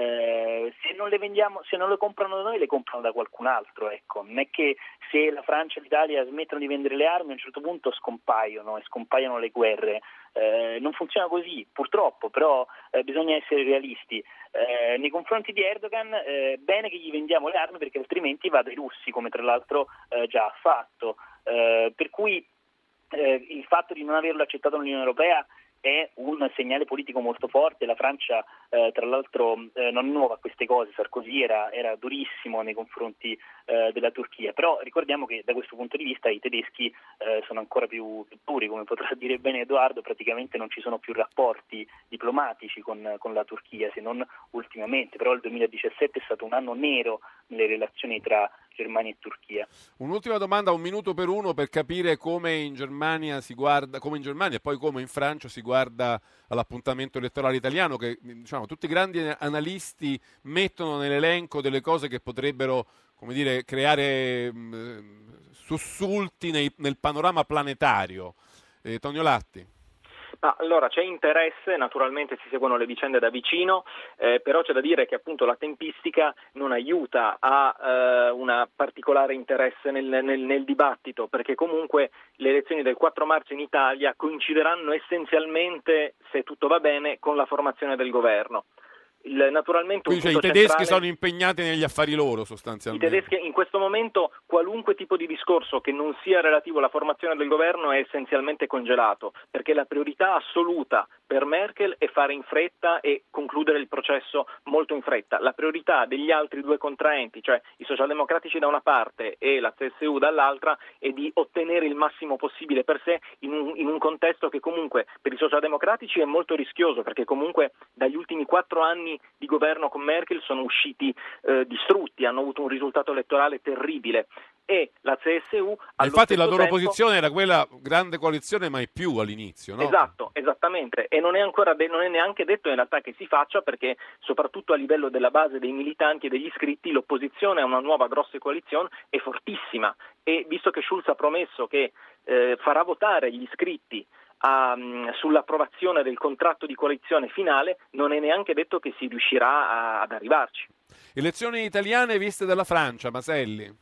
Eh, se non le vendiamo, se non le comprano da noi, le comprano da qualcun altro, ecco. Non è che se la Francia e l'Italia smettono di vendere le armi a un certo punto scompaiono e scompaiono le guerre. Eh, non funziona così, purtroppo, però eh, bisogna essere realisti. Eh, nei confronti di Erdogan eh, bene che gli vendiamo le armi, perché altrimenti va dai russi, come tra l'altro eh, già ha fatto. Eh, per cui eh, il fatto di non averlo accettato nell'Unione Europea è un segnale politico molto forte. La Francia eh, tra l'altro eh, non è nuova a queste cose, Sarkozy era, era durissimo nei confronti eh, della Turchia, però ricordiamo che da questo punto di vista i tedeschi eh, sono ancora più, più duri, come potrà dire bene Edoardo. Praticamente non ci sono più rapporti diplomatici con, con la Turchia, se non ultimamente, però il duemiladiciassette è stato un anno nero nelle relazioni tra Germania e Turchia.
Un'ultima domanda, un minuto per uno, per capire come in Germania si guarda, come in Germania e poi come in Francia si guarda all'appuntamento elettorale italiano, che diciamo tutti i grandi analisti mettono nell'elenco delle cose che potrebbero, come dire, creare mh, sussulti nei, nel panorama planetario. Eh, Tonio Latti.
Ah, allora c'è interesse, naturalmente si seguono le vicende da vicino, eh, però c'è da dire che appunto la tempistica non aiuta a eh, una particolare interesse nel, nel, nel dibattito, perché comunque le elezioni del quattro marzo in Italia coincideranno essenzialmente, se tutto va bene, con la formazione del governo. Il, naturalmente
Quindi
un
cioè,
punto
i tedeschi
centrale...
sono impegnati negli affari loro sostanzialmente.
I tedeschi in questo momento qualunque tipo di discorso che non sia relativo alla formazione del governo è essenzialmente congelato, perché la priorità assoluta per Merkel è fare in fretta e concludere il processo molto in fretta. La priorità degli altri due contraenti, cioè i socialdemocratici da una parte e la C S U dall'altra, è di ottenere il massimo possibile per sé in un, in un contesto che comunque per i socialdemocratici è molto rischioso, perché comunque dagli ultimi quattro anni di governo con Merkel sono usciti eh, distrutti, hanno avuto un risultato elettorale terribile, e la C S U
infatti la loro
tempo...
posizione era quella grande coalizione mai più all'inizio, no?
Esatto, esattamente, e non è ancora de- non è neanche detto in realtà che si faccia, perché soprattutto a livello della base dei militanti e degli iscritti l'opposizione a una nuova grossa coalizione è fortissima, e visto che Schulz ha promesso che eh, farà votare gli iscritti A, sull'approvazione del contratto di coalizione finale, non è neanche detto che si riuscirà a, ad arrivarci.
Elezioni italiane viste dalla Francia, Maselli.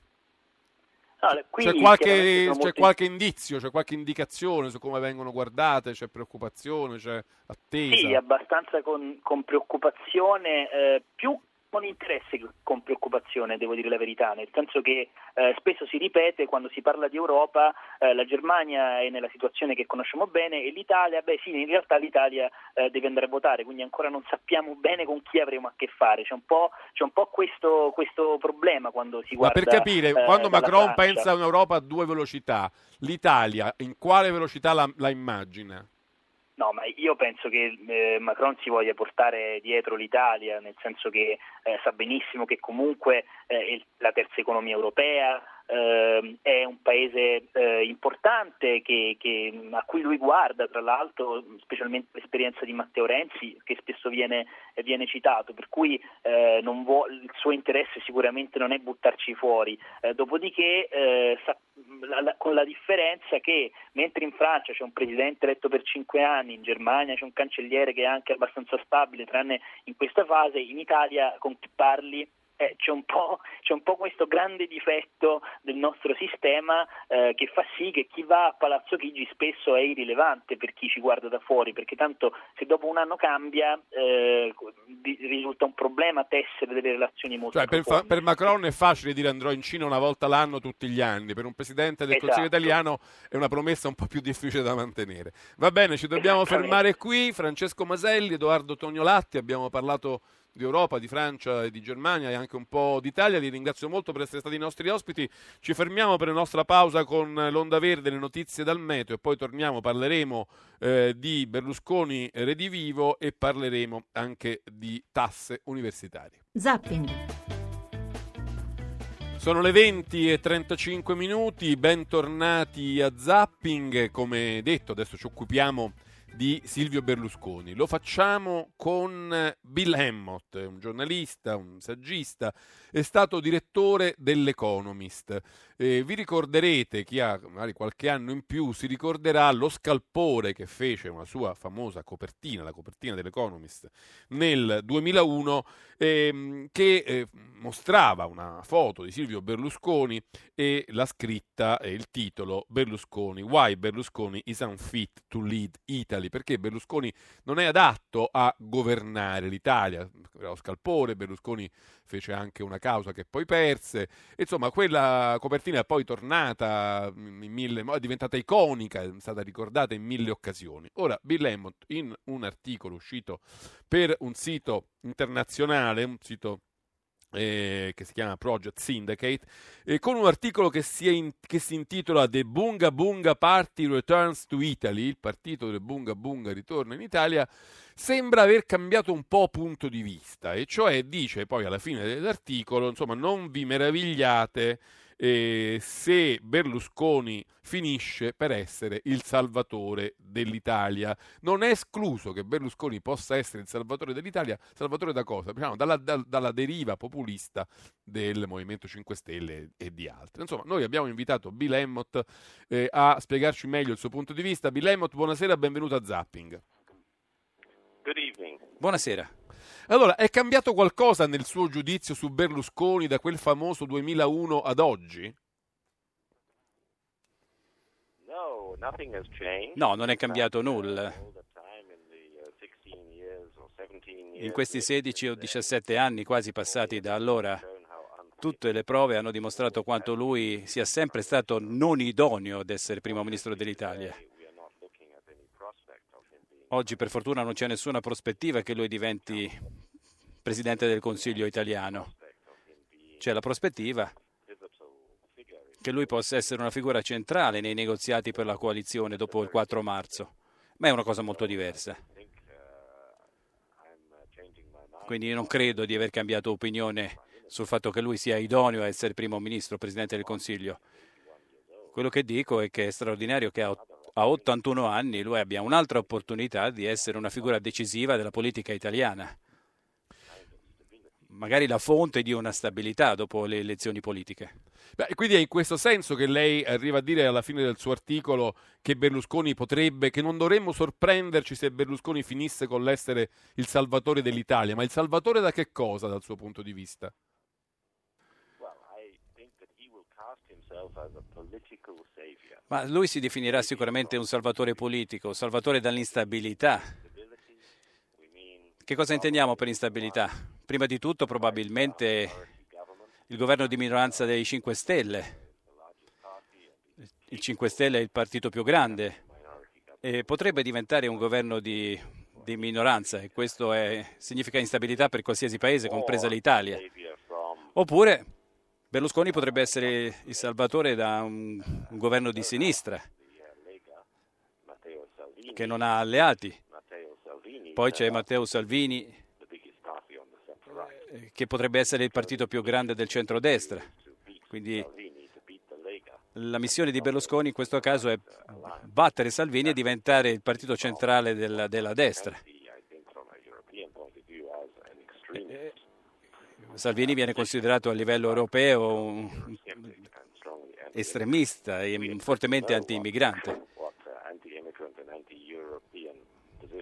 No, qui
c'è qualche,
molti...
c'è qualche indizio, c'è qualche indicazione su come vengono guardate, c'è preoccupazione, c'è attesa?
Sì, abbastanza con, con preoccupazione, eh, più con interesse che con preoccupazione, devo dire la verità, nel senso che eh, spesso si ripete quando si parla di Europa, eh, la Germania è nella situazione che conosciamo bene e l'Italia, beh sì, in realtà l'Italia eh, deve andare a votare, quindi ancora non sappiamo bene con chi avremo a che fare, c'è un po', c'è un po' questo, questo problema quando si guarda.
Ma per capire,
eh,
quando Macron
Francia.
pensa a un'Europa a due velocità, l'Italia in quale velocità la, la immagina?
No, ma io penso che eh, Macron si voglia portare dietro l'Italia, nel senso che eh, sa benissimo che comunque eh, è la terza economia europea, eh, è un paese eh, importante che, che, a cui lui guarda, tra l'altro, specialmente l'esperienza di Matteo Renzi, che spesso viene, viene citato, per cui eh, non vuole, il suo interesse sicuramente non è buttarci fuori. Eh, dopodiché, eh, sa, la, la, con la differenza che mentre in Francia c'è un presidente eletto per cinque anni, in Germania c'è un cancelliere che è anche abbastanza stabile, tranne in questa fase, in Italia con chi parli Eh, c'è, un po', c'è un po' questo grande difetto del nostro sistema eh, che fa sì che chi va a Palazzo Chigi spesso è irrilevante per chi ci guarda da fuori, perché tanto se dopo un anno cambia eh, risulta un problema tessere delle relazioni molto
cioè, per, fa- per Macron è facile dire andrò in Cina una volta l'anno tutti gli anni, per un presidente del
esatto.
Consiglio italiano è una promessa un po' più difficile da mantenere. Va bene, ci dobbiamo fermare qui. Francesco Maselli, Edoardo Toniolatti, abbiamo parlato di Europa, di Francia e di Germania e anche un po' d'Italia. Li ringrazio molto per essere stati i nostri ospiti. Ci fermiamo per la nostra pausa con l'Onda Verde, le notizie dal meteo e poi torniamo, parleremo eh, di Berlusconi redivivo e parleremo anche di tasse universitarie.
Zapping.
Sono le venti e trentacinque minuti, bentornati a Zapping. Come detto, adesso ci occupiamo di Silvio Berlusconi. Lo facciamo con Bill Hemmoth, un giornalista, un saggista, è stato direttore dell'Economist. Eh, vi ricorderete, chi ha magari qualche anno in più, si ricorderà lo scalpore che fece una sua famosa copertina, la copertina dell'Economist, nel duemilauno, ehm, che eh, mostrava una foto di Silvio Berlusconi e la scritta e il titolo Berlusconi, Why Berlusconi is unfit to lead Italy, perché Berlusconi non è adatto a governare l'Italia. Era lo scalpore, Berlusconi fece anche una causa che poi perse, insomma quella copertina è poi tornata in mille, è diventata iconica, è stata ricordata in mille occasioni. Ora Bill Hemmoth, in un articolo uscito per un sito internazionale, un sito Eh, che si chiama Project Syndicate, eh, con un articolo che si, in, che si intitola The Bunga Bunga Party Returns to Italy, il partito del Bunga Bunga ritorna in Italia, sembra aver cambiato un po' punto di vista, e cioè dice poi alla fine dell'articolo, insomma, non vi meravigliate eh, se Berlusconi finisce per essere il salvatore dell'Italia. Non è escluso che Berlusconi possa essere il salvatore dell'Italia. Salvatore da cosa? Diciamo, dalla, da, dalla deriva populista del Movimento cinque Stelle e di altri. Insomma, noi abbiamo invitato Bill Hemmoth eh, a spiegarci meglio il suo punto di vista. Bill Hemmoth, buonasera, benvenuto a Zapping.
Good evening.
Buonasera. Allora, è cambiato qualcosa nel suo giudizio su Berlusconi da quel famoso duemilauno ad oggi?
No, non è cambiato nulla. In questi sedici o diciassette anni quasi passati da allora, tutte le prove hanno dimostrato quanto lui sia sempre stato non idoneo ad essere primo ministro dell'Italia. Oggi per fortuna non c'è nessuna prospettiva che lui diventi presidente del Consiglio italiano. C'è la prospettiva che lui possa essere una figura centrale nei negoziati per la coalizione dopo il quattro marzo, ma è una cosa molto diversa. Quindi io non credo di aver cambiato opinione sul fatto che lui sia idoneo a essere primo ministro, presidente del Consiglio. Quello che dico è che è straordinario che a a ottantuno anni lui abbia un'altra opportunità di essere una figura decisiva della politica italiana, magari la fonte di una stabilità dopo le elezioni politiche.
Beh, quindi è in questo senso che lei arriva a dire alla fine del suo articolo che Berlusconi potrebbe, che non dovremmo sorprenderci se Berlusconi finisse con l'essere il salvatore dell'Italia, ma il salvatore da che cosa dal suo punto di vista?
Ma lui si definirà sicuramente un salvatore politico, un salvatore dall'instabilità. Che cosa intendiamo per instabilità? Prima di tutto probabilmente il governo di minoranza dei cinque Stelle. Il cinque Stelle è il partito più grande e potrebbe diventare un governo di, di minoranza, e questo è, significa instabilità per qualsiasi paese, compresa l'Italia. Oppure Berlusconi potrebbe essere il salvatore da un, un governo di sinistra che non ha alleati. Poi c'è Matteo Salvini, che potrebbe essere il partito più grande del centrodestra. Quindi la missione di Berlusconi in questo caso è battere Salvini e diventare il partito centrale della, della destra. Salvini viene considerato a livello europeo un estremista e fortemente anti-immigrante.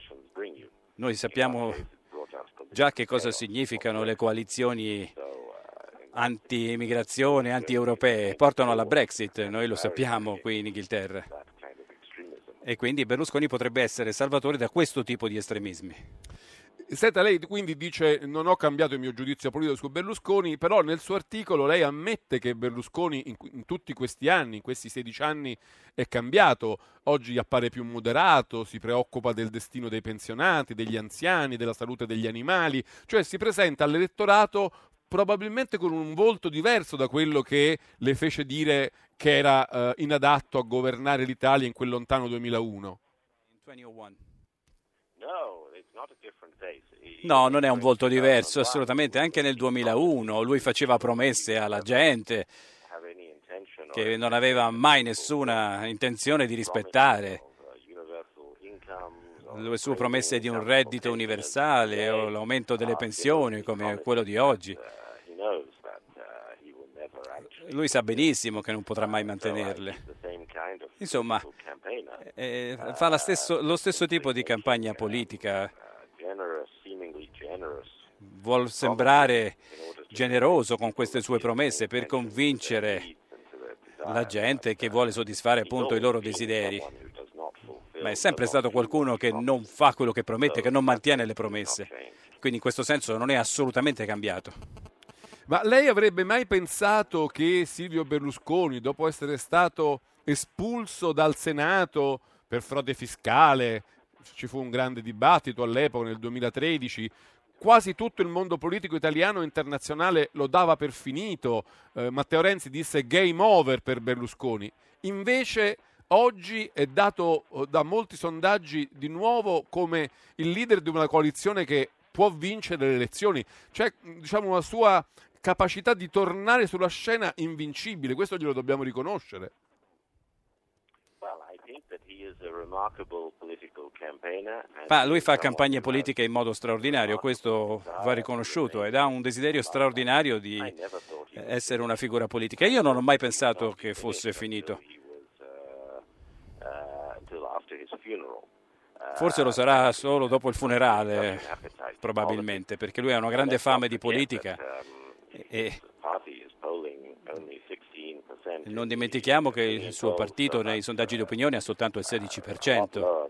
Noi sappiamo già che cosa significano le coalizioni anti-immigrazione, anti-europee, portano alla Brexit, noi lo sappiamo qui in Inghilterra. E quindi Berlusconi potrebbe essere salvatore da questo tipo di estremismi.
Senta, lei quindi dice non ho cambiato il mio giudizio politico su Berlusconi, però nel suo articolo lei ammette che Berlusconi in, in tutti questi anni, in questi sedici anni, è cambiato. Oggi appare più moderato, si preoccupa del destino dei pensionati, degli anziani, della salute degli animali, cioè si presenta all'elettorato probabilmente con un volto diverso da quello che le fece dire che era uh, inadatto a governare l'Italia in quel lontano duemilauno.
No, non è un volto diverso, assolutamente. Anche nel duemilauno lui faceva promesse alla gente che non aveva mai nessuna intenzione di rispettare. Le sue promesse di un reddito universale o l'aumento delle pensioni come quello di oggi. Lui sa benissimo che non potrà mai mantenerle. Insomma, eh, fa la stesso, lo stesso tipo di campagna politica. Vuol sembrare generoso con queste sue promesse per convincere la gente che vuole soddisfare appunto i loro desideri. Ma è sempre stato qualcuno che non fa quello che promette, che non mantiene le promesse. Quindi in questo senso non è assolutamente cambiato.
Ma lei avrebbe mai pensato che Silvio Berlusconi, dopo essere stato espulso dal Senato per frode fiscale, ci fu un grande dibattito all'epoca nel duemilatredici, quasi tutto il mondo politico italiano e internazionale lo dava per finito, eh, Matteo Renzi disse game over per Berlusconi, invece oggi è dato da molti sondaggi di nuovo come il leader di una coalizione che può vincere le elezioni, c'è diciamo una sua capacità di tornare sulla scena invincibile, questo glielo dobbiamo riconoscere.
Ma lui fa campagne politiche in modo straordinario, questo va riconosciuto, ed ha un desiderio straordinario di essere una figura politica. Io non ho mai pensato che fosse finito. Forse lo sarà solo dopo il funerale, probabilmente, perché lui ha una grande fame di politica e non dimentichiamo che il suo partito nei sondaggi di opinione ha soltanto il sedici per cento,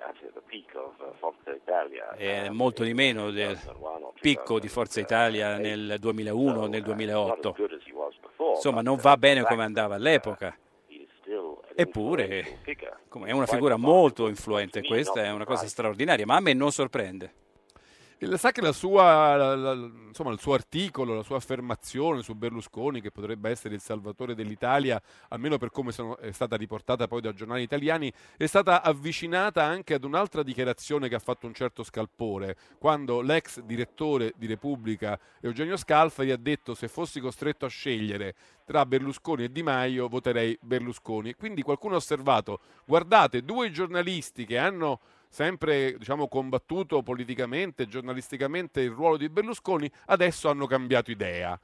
è molto di meno del picco di Forza Italia nel duemilauno o nel duemilaotto. Insomma, non va bene come andava all'epoca. Eppure è una figura molto influente, questa è una cosa straordinaria, ma a me non sorprende.
Sa che la sua, la, la, insomma, il suo articolo, la sua affermazione su Berlusconi, che potrebbe essere il salvatore dell'Italia, almeno per come sono, è stata riportata poi da giornali italiani, è stata avvicinata anche ad un'altra dichiarazione che ha fatto un certo scalpore, quando l'ex direttore di Repubblica Eugenio Scalfari ha detto: se fossi costretto a scegliere tra Berlusconi e Di Maio voterei Berlusconi. Quindi qualcuno ha osservato: guardate, due giornalisti che hanno sempre diciamo, combattuto politicamente, giornalisticamente il ruolo di Berlusconi, adesso hanno cambiato idea.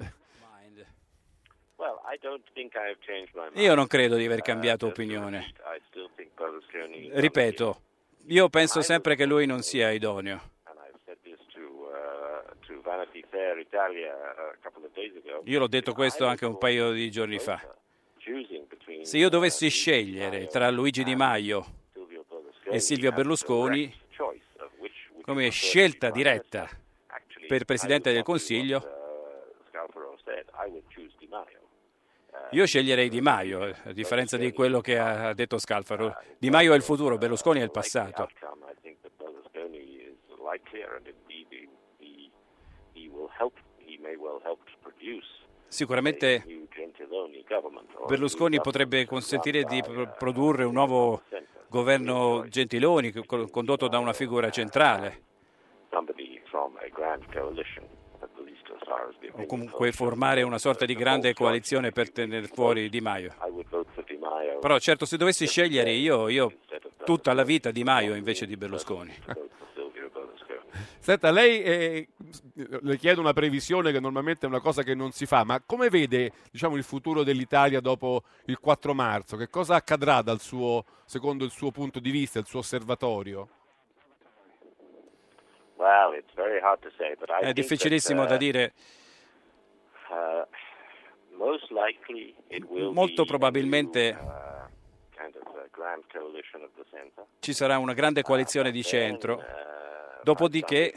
Io non credo di aver cambiato opinione. Ripeto, io penso sempre che lui non sia idoneo. Io l'ho detto questo anche un paio di giorni fa. Se io dovessi scegliere tra Luigi Di Maio e Silvio Berlusconi come scelta diretta per Presidente del Consiglio, io sceglierei Di Maio, a differenza di quello che ha detto Scalfaro. Di Maio è il futuro, Berlusconi è il passato. Sicuramente Berlusconi potrebbe consentire di produrre un nuovo governo Gentiloni condotto da una figura centrale, o comunque formare una sorta di grande coalizione per tenere fuori Di Maio. Però certo, se dovessi scegliere io, io tutta la vita Di Maio invece di Berlusconi.
Senta, lei eh, le chiedo una previsione che normalmente è una cosa che non si fa, ma come vede diciamo, il futuro dell'Italia dopo il quattro marzo? Che cosa accadrà dal suo, secondo il suo punto di vista, il suo osservatorio?
È difficilissimo da dire. Molto probabilmente ci sarà una grande coalizione di centro, dopodiché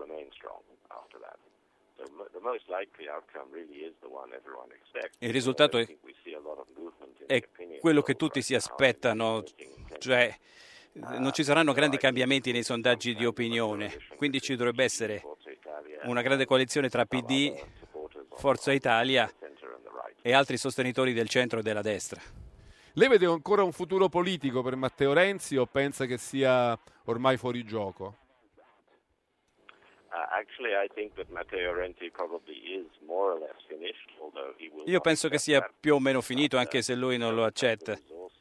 il risultato è, è quello che tutti si aspettano, cioè non ci saranno grandi cambiamenti nei sondaggi di opinione, quindi ci dovrebbe essere una grande coalizione tra P D, Forza Italia e altri sostenitori del centro e della destra.
Lei vede ancora un futuro politico per Matteo Renzi o pensa che sia ormai fuori gioco?
Io penso che sia più o meno finito, anche se lui non lo accetta.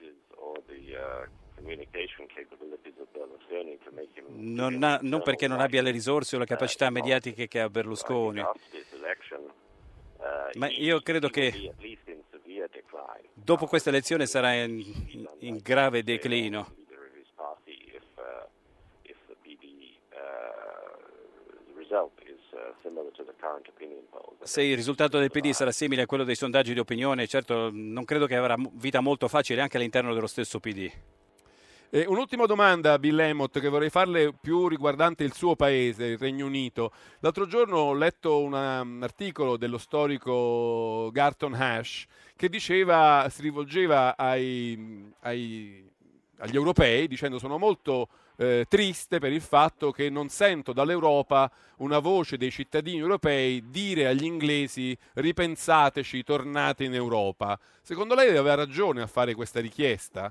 Non, ha, non perché non abbia le risorse o le capacità mediatiche che ha Berlusconi, ma io credo che dopo questa elezione sarà in, in grave declino. Se il risultato del P D sarà simile a quello dei sondaggi di opinione, certo non credo che avrà vita molto facile anche all'interno dello stesso P D.
Eh, un'ultima domanda, Bill Emmott, che vorrei farle più riguardante il suo paese, il Regno Unito. L'altro giorno ho letto una, un articolo dello storico Garton Ash che diceva, si rivolgeva ai, ai, agli europei dicendo: sono molto eh, triste per il fatto che non sento dall'Europa una voce dei cittadini europei dire agli inglesi ripensateci, tornate in Europa. Secondo lei aveva ragione a fare questa richiesta?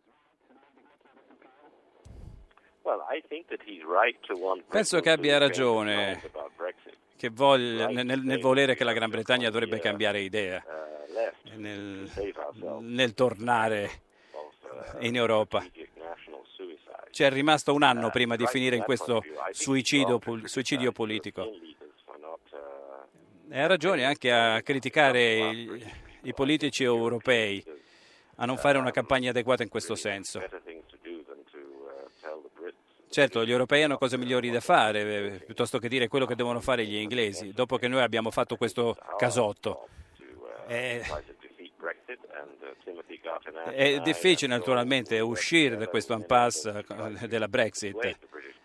Penso che abbia ragione che voglia, nel, nel volere che la Gran Bretagna dovrebbe cambiare idea nel, nel tornare in Europa. C'è rimasto un anno prima di finire in questo suicidio, suicidio politico. E ha ragione anche a criticare i, i politici europei, a non fare una campagna adeguata in questo senso. Certo, gli europei hanno cose migliori da fare, piuttosto che dire quello che devono fare gli inglesi, dopo che noi abbiamo fatto questo casotto. È, è difficile naturalmente uscire da questo impasse della Brexit,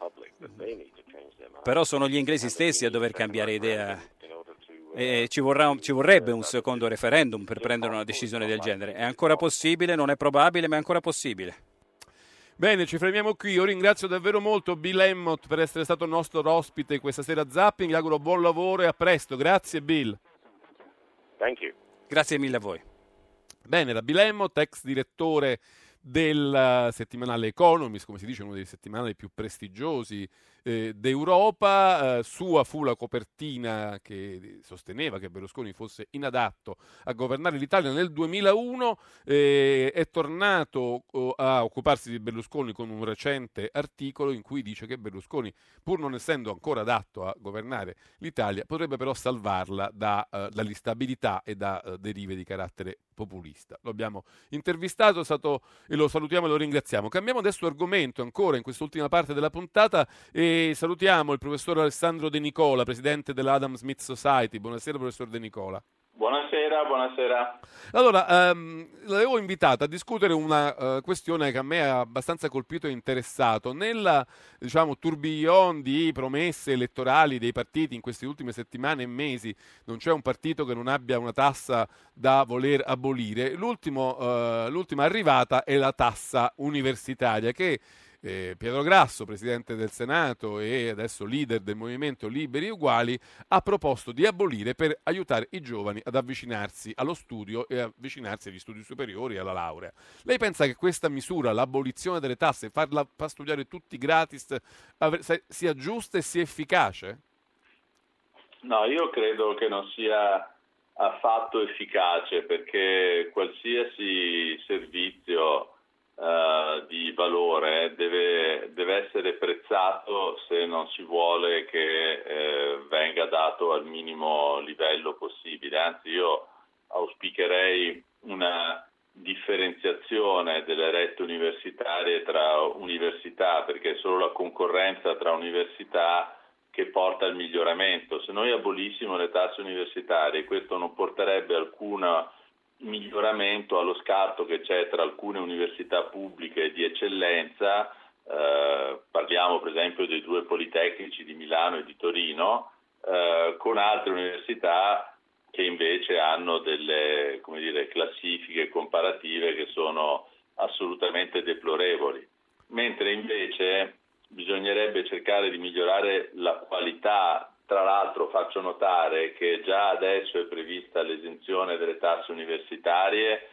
però sono gli inglesi stessi a dover cambiare idea e ci, vorrà, ci vorrebbe un secondo referendum per prendere una decisione del genere. È ancora possibile, non è probabile, ma è ancora possibile.
Bene, ci fermiamo qui. Io ringrazio davvero molto Bill Emmott per essere stato il nostro ospite questa sera a Zapping. Gli auguro buon lavoro e a presto. Grazie Bill.
Thank you.
Grazie mille a voi.
Bene, da Bill Emmott, ex direttore del settimanale Economist, come si dice, uno dei settimanali più prestigiosi eh, d'Europa. Eh, sua fu la copertina che sosteneva che Berlusconi fosse inadatto a governare l'Italia nel duemilauno. Eh, è tornato oh, a occuparsi di Berlusconi con un recente articolo in cui dice che Berlusconi, pur non essendo ancora adatto a governare l'Italia, potrebbe però salvarla da, uh, dall'instabilità e da uh, derive di carattere populista. Lo abbiamo intervistato, è stato, e lo salutiamo e lo ringraziamo. Cambiamo adesso argomento ancora in quest'ultima parte della puntata e salutiamo il professor Alessandro De Nicola, presidente dell'Adam Smith Society. Buonasera professor De Nicola.
Buonasera, buonasera.
Allora, ehm, l'avevo invitato a discutere una uh, questione che a me ha abbastanza colpito e interessato. Nella, diciamo, tourbillon di promesse elettorali dei partiti in queste ultime settimane e mesi, non c'è un partito che non abbia una tassa da voler abolire. L'ultimo, uh, l'ultima arrivata è la tassa universitaria che Eh, Pietro Grasso, presidente del Senato e adesso leader del movimento Liberi e Uguali, ha proposto di abolire per aiutare i giovani ad avvicinarsi allo studio e avvicinarsi agli studi superiori e alla laurea. Lei pensa che questa misura, l'abolizione delle tasse, farla far studiare tutti gratis, sia giusta e sia efficace?
No, io credo che non sia affatto efficace, perché qualsiasi servizio Uh, di valore deve, deve essere prezzato se non si vuole che eh, venga dato al minimo livello possibile. Anzi, io auspicherei una differenziazione delle rette universitarie tra università, perché solo la concorrenza tra università che porta al miglioramento. Se noi abolissimo le tasse universitarie, questo non porterebbe alcun miglioramento allo scarto che c'è tra alcune università pubbliche di eccellenza, eh, parliamo per esempio dei due politecnici di Milano e di Torino, eh, con altre università che invece hanno delle, come dire, classifiche comparative che sono assolutamente deplorevoli, mentre invece bisognerebbe cercare di migliorare la qualità. Tra l'altro faccio notare che già adesso è prevista l'esenzione delle tasse universitarie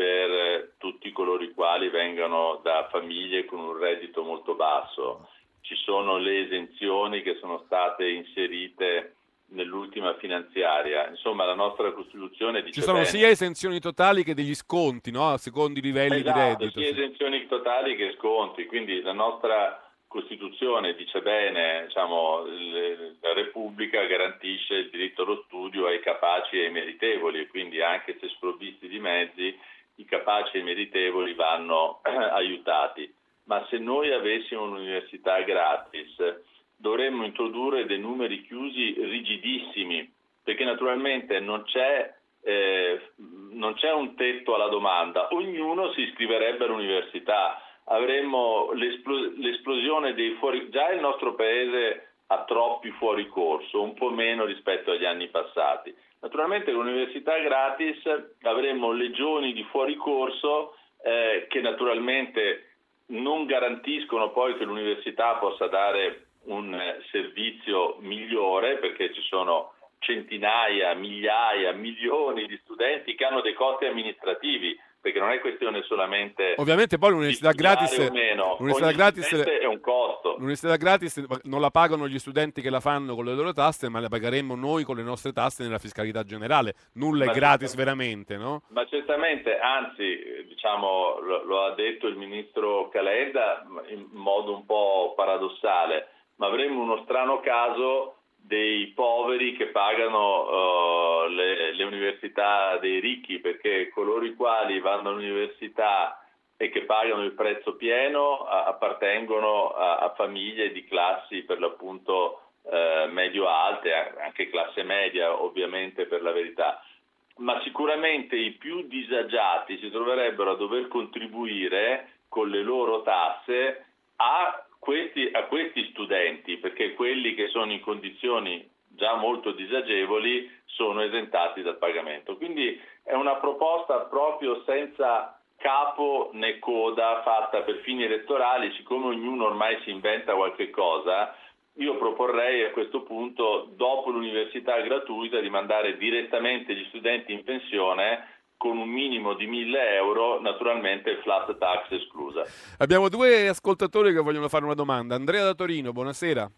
per tutti coloro i quali vengano da famiglie con un reddito molto basso. Ci sono le esenzioni che sono state inserite nell'ultima finanziaria. Insomma, la nostra Costituzione dice
ci sono
bene,
sia esenzioni totali che degli sconti, no? Secondo i livelli
esatto,
di reddito.
sia esenzioni totali che sconti. Quindi la nostra Costituzione dice bene, diciamo, la Repubblica garantisce il diritto allo studio ai capaci e ai meritevoli, e quindi anche se sprovvisti di mezzi, i capaci e i meritevoli vanno eh, aiutati. Ma se noi avessimo un'università gratis, dovremmo introdurre dei numeri chiusi rigidissimi, perché naturalmente non c'è, eh, non c'è un tetto alla domanda, ognuno si iscriverebbe all'università, avremmo l'espl- l'esplosione dei fuori, già il nostro paese ha troppi fuori corso, un po' meno rispetto agli anni passati. Naturalmente con l'università gratis avremmo legioni di fuori corso eh, che naturalmente non garantiscono poi che l'università possa dare un servizio migliore, perché ci sono centinaia, migliaia, milioni di studenti che hanno dei costi amministrativi, perché non è questione solamente
ovviamente poi l'università gratis,
o meno.
l'università gratis
è un costo.
L'università gratis non la pagano gli studenti che la fanno con le loro tasse, ma la pagheremmo noi con le nostre tasse nella fiscalità generale. Nulla
ma
è gratis veramente, no?
Ma certamente, anzi, diciamo, lo, lo ha detto il ministro Calenda in modo un po' paradossale, ma avremmo uno strano caso dei poveri che pagano uh, le, le università dei ricchi, perché coloro i quali vanno all'università e che pagano il prezzo pieno a, appartengono a, a famiglie di classi per l'appunto uh, medio-alte, anche classe media ovviamente per la verità, ma sicuramente i più disagiati si troverebbero a dover contribuire con le loro tasse a Questi, a questi studenti, perché quelli che sono in condizioni già molto disagevoli sono esentati dal pagamento. Quindi è una proposta proprio senza capo né coda, fatta per fini elettorali. Siccome ognuno ormai si inventa qualche cosa, io proporrei a questo punto, dopo l'università gratuita, di mandare direttamente gli studenti in pensione con un minimo di mille euro, naturalmente flat tax esclusa.
Abbiamo due ascoltatori che vogliono fare una domanda. Andrea da Torino, buonasera.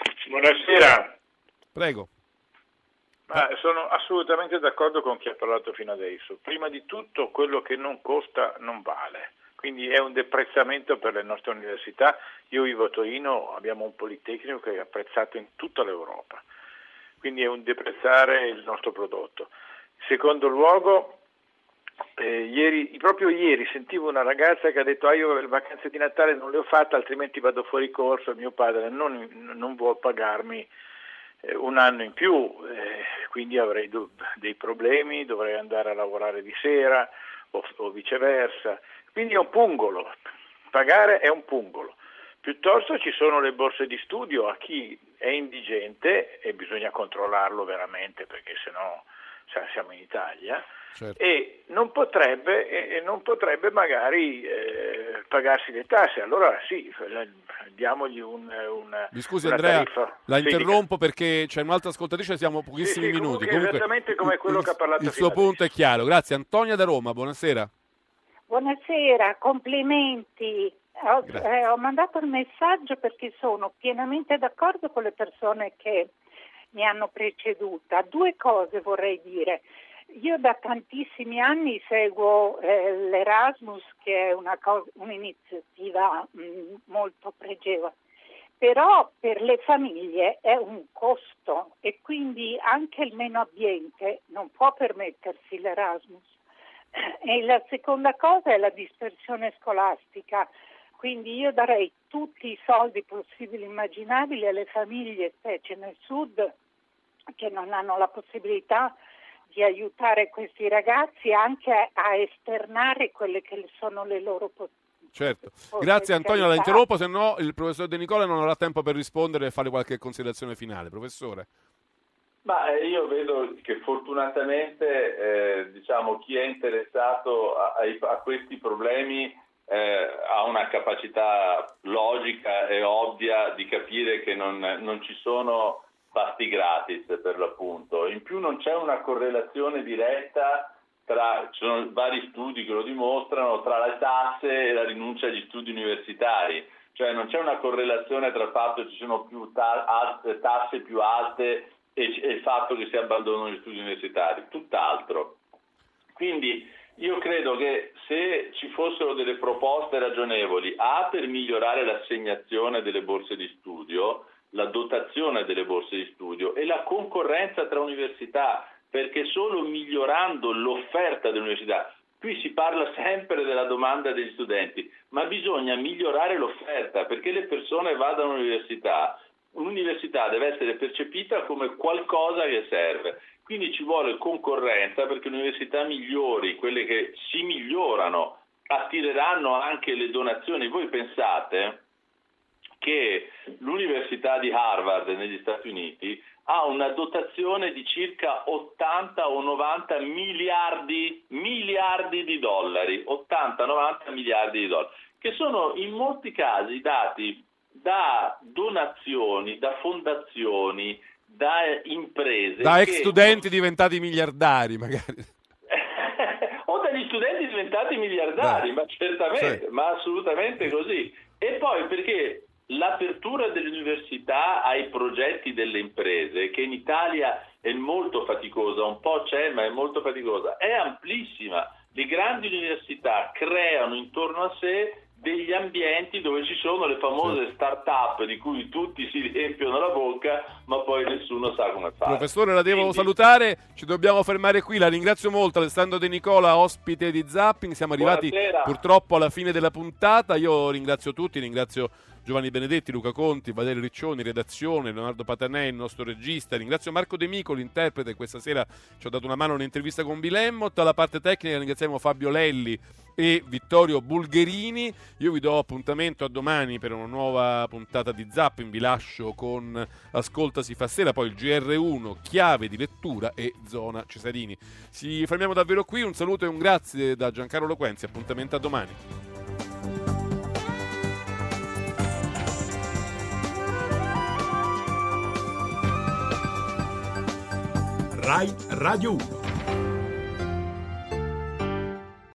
Buonasera.
Prego.
Ma sono assolutamente d'accordo con chi ha parlato fino adesso. Prima di tutto, quello che non costa non vale. Quindi è un deprezzamento per le nostre università. Io vivo a Torino, abbiamo un politecnico che è apprezzato in tutta l'Europa. Quindi è un deprezzare il nostro prodotto. In secondo luogo, Eh, ieri, proprio ieri sentivo una ragazza che ha detto ah, io le vacanze di Natale non le ho fatte, altrimenti vado fuori corso, mio padre non, non vuole pagarmi eh, un anno in più, eh, quindi avrei do, dei problemi, dovrei andare a lavorare di sera o, o viceversa, quindi è un pungolo, pagare è un pungolo. Piuttosto ci sono le borse di studio a chi è indigente, e bisogna controllarlo veramente perché sennò siamo in Italia. Certo. E non potrebbe, e non potrebbe magari eh, pagarsi le tasse, allora sì, diamogli un, una,
Mi scusi
una
Andrea,
tariffa.
la
Sì,
interrompo dica. Perché c'è un'altra ascoltatrice, siamo pochissimi
sì, sì,
minuti.
Comunque,
Comunque,
esattamente come quello
il,
che ha parlato
il
fino
suo punto
adesso.
è chiaro. Grazie. Antonia da Roma, buonasera.
Buonasera, complimenti. Ho, eh, ho mandato il messaggio perché sono pienamente d'accordo con le persone che mi hanno preceduta. Due cose vorrei dire. Io da tantissimi anni seguo eh, l'Erasmus, che è una cosa, un'iniziativa mh, molto pregevole, però per le famiglie è un costo e quindi anche il meno abbiente non può permettersi l'Erasmus. E la seconda cosa è la dispersione scolastica. Quindi io darei tutti i soldi possibili e immaginabili alle famiglie, specie nel sud, che non hanno la possibilità di aiutare questi ragazzi anche a, a esternare quelle che sono le loro possibilità.
Certo, grazie Antonio, la interrompo, se no il professor De Nicola non avrà tempo per rispondere e fare qualche considerazione finale. Professore.
Ma io vedo che fortunatamente eh, diciamo, chi è interessato a, a questi problemi eh, ha una capacità logica e ovvia di capire che non, non ci sono pasti gratis, per l'appunto. In più non c'è una correlazione diretta tra, ci sono vari studi che lo dimostrano, tra le tasse e la rinuncia agli studi universitari. Cioè non c'è una correlazione tra il fatto che ci sono più ta- tasse più alte e, e il fatto che si abbandonano gli studi universitari, tutt'altro. Quindi io credo che se ci fossero delle proposte ragionevoli, A, per migliorare l'assegnazione delle borse di studio, la dotazione delle borse di studio e la concorrenza tra università, perché solo migliorando l'offerta dell'università, qui si parla sempre della domanda degli studenti, ma bisogna migliorare l'offerta perché le persone vadano all'università. L'università deve essere percepita come qualcosa che serve, quindi ci vuole concorrenza perché le università migliori, quelle che si migliorano, attireranno anche le donazioni. Voi pensate che l'Università di Harvard negli Stati Uniti ha una dotazione di circa ottanta o novanta miliardi, miliardi di dollari, ottanta novanta miliardi di dollari, che sono in molti casi dati da donazioni, da fondazioni, da imprese.
Da ex
che...
studenti diventati miliardari, magari.
O dagli studenti diventati miliardari, Beh, ma certamente, sì. ma assolutamente così. E poi perché l'apertura delle università ai progetti delle imprese, che in Italia è molto faticosa, un po' c'è ma è molto faticosa, è amplissima. Le grandi università creano intorno a sé degli ambienti dove ci sono le famose sì. start-up di cui tutti si riempiono la bocca, ma poi nessuno sa come fare.
Professore, la devo
Quindi...
salutare, ci dobbiamo fermare qui. La ringrazio molto, Alessandro De Nicola, ospite di Zapping. Siamo arrivati
Buonasera.
purtroppo alla fine della puntata. Io ringrazio tutti, ringrazio Giovanni Benedetti, Luca Conti, Valerio Riccioni, redazione, Leonardo Patanè, il nostro regista. Ringrazio Marco De Mico, l'interprete, questa sera ci ha dato una mano un'intervista con Bilemmot. Alla parte tecnica ringraziamo Fabio Lelli e Vittorio Bulgherini. Io vi do appuntamento a domani per una nuova puntata di Zapping. Vi lascio con Ascolta si fa sera, poi il G R uno, chiave di lettura e zona Cesarini. Ci fermiamo davvero qui, un saluto e un grazie da Giancarlo Loquenzi, appuntamento a domani.
Rai Radio uno.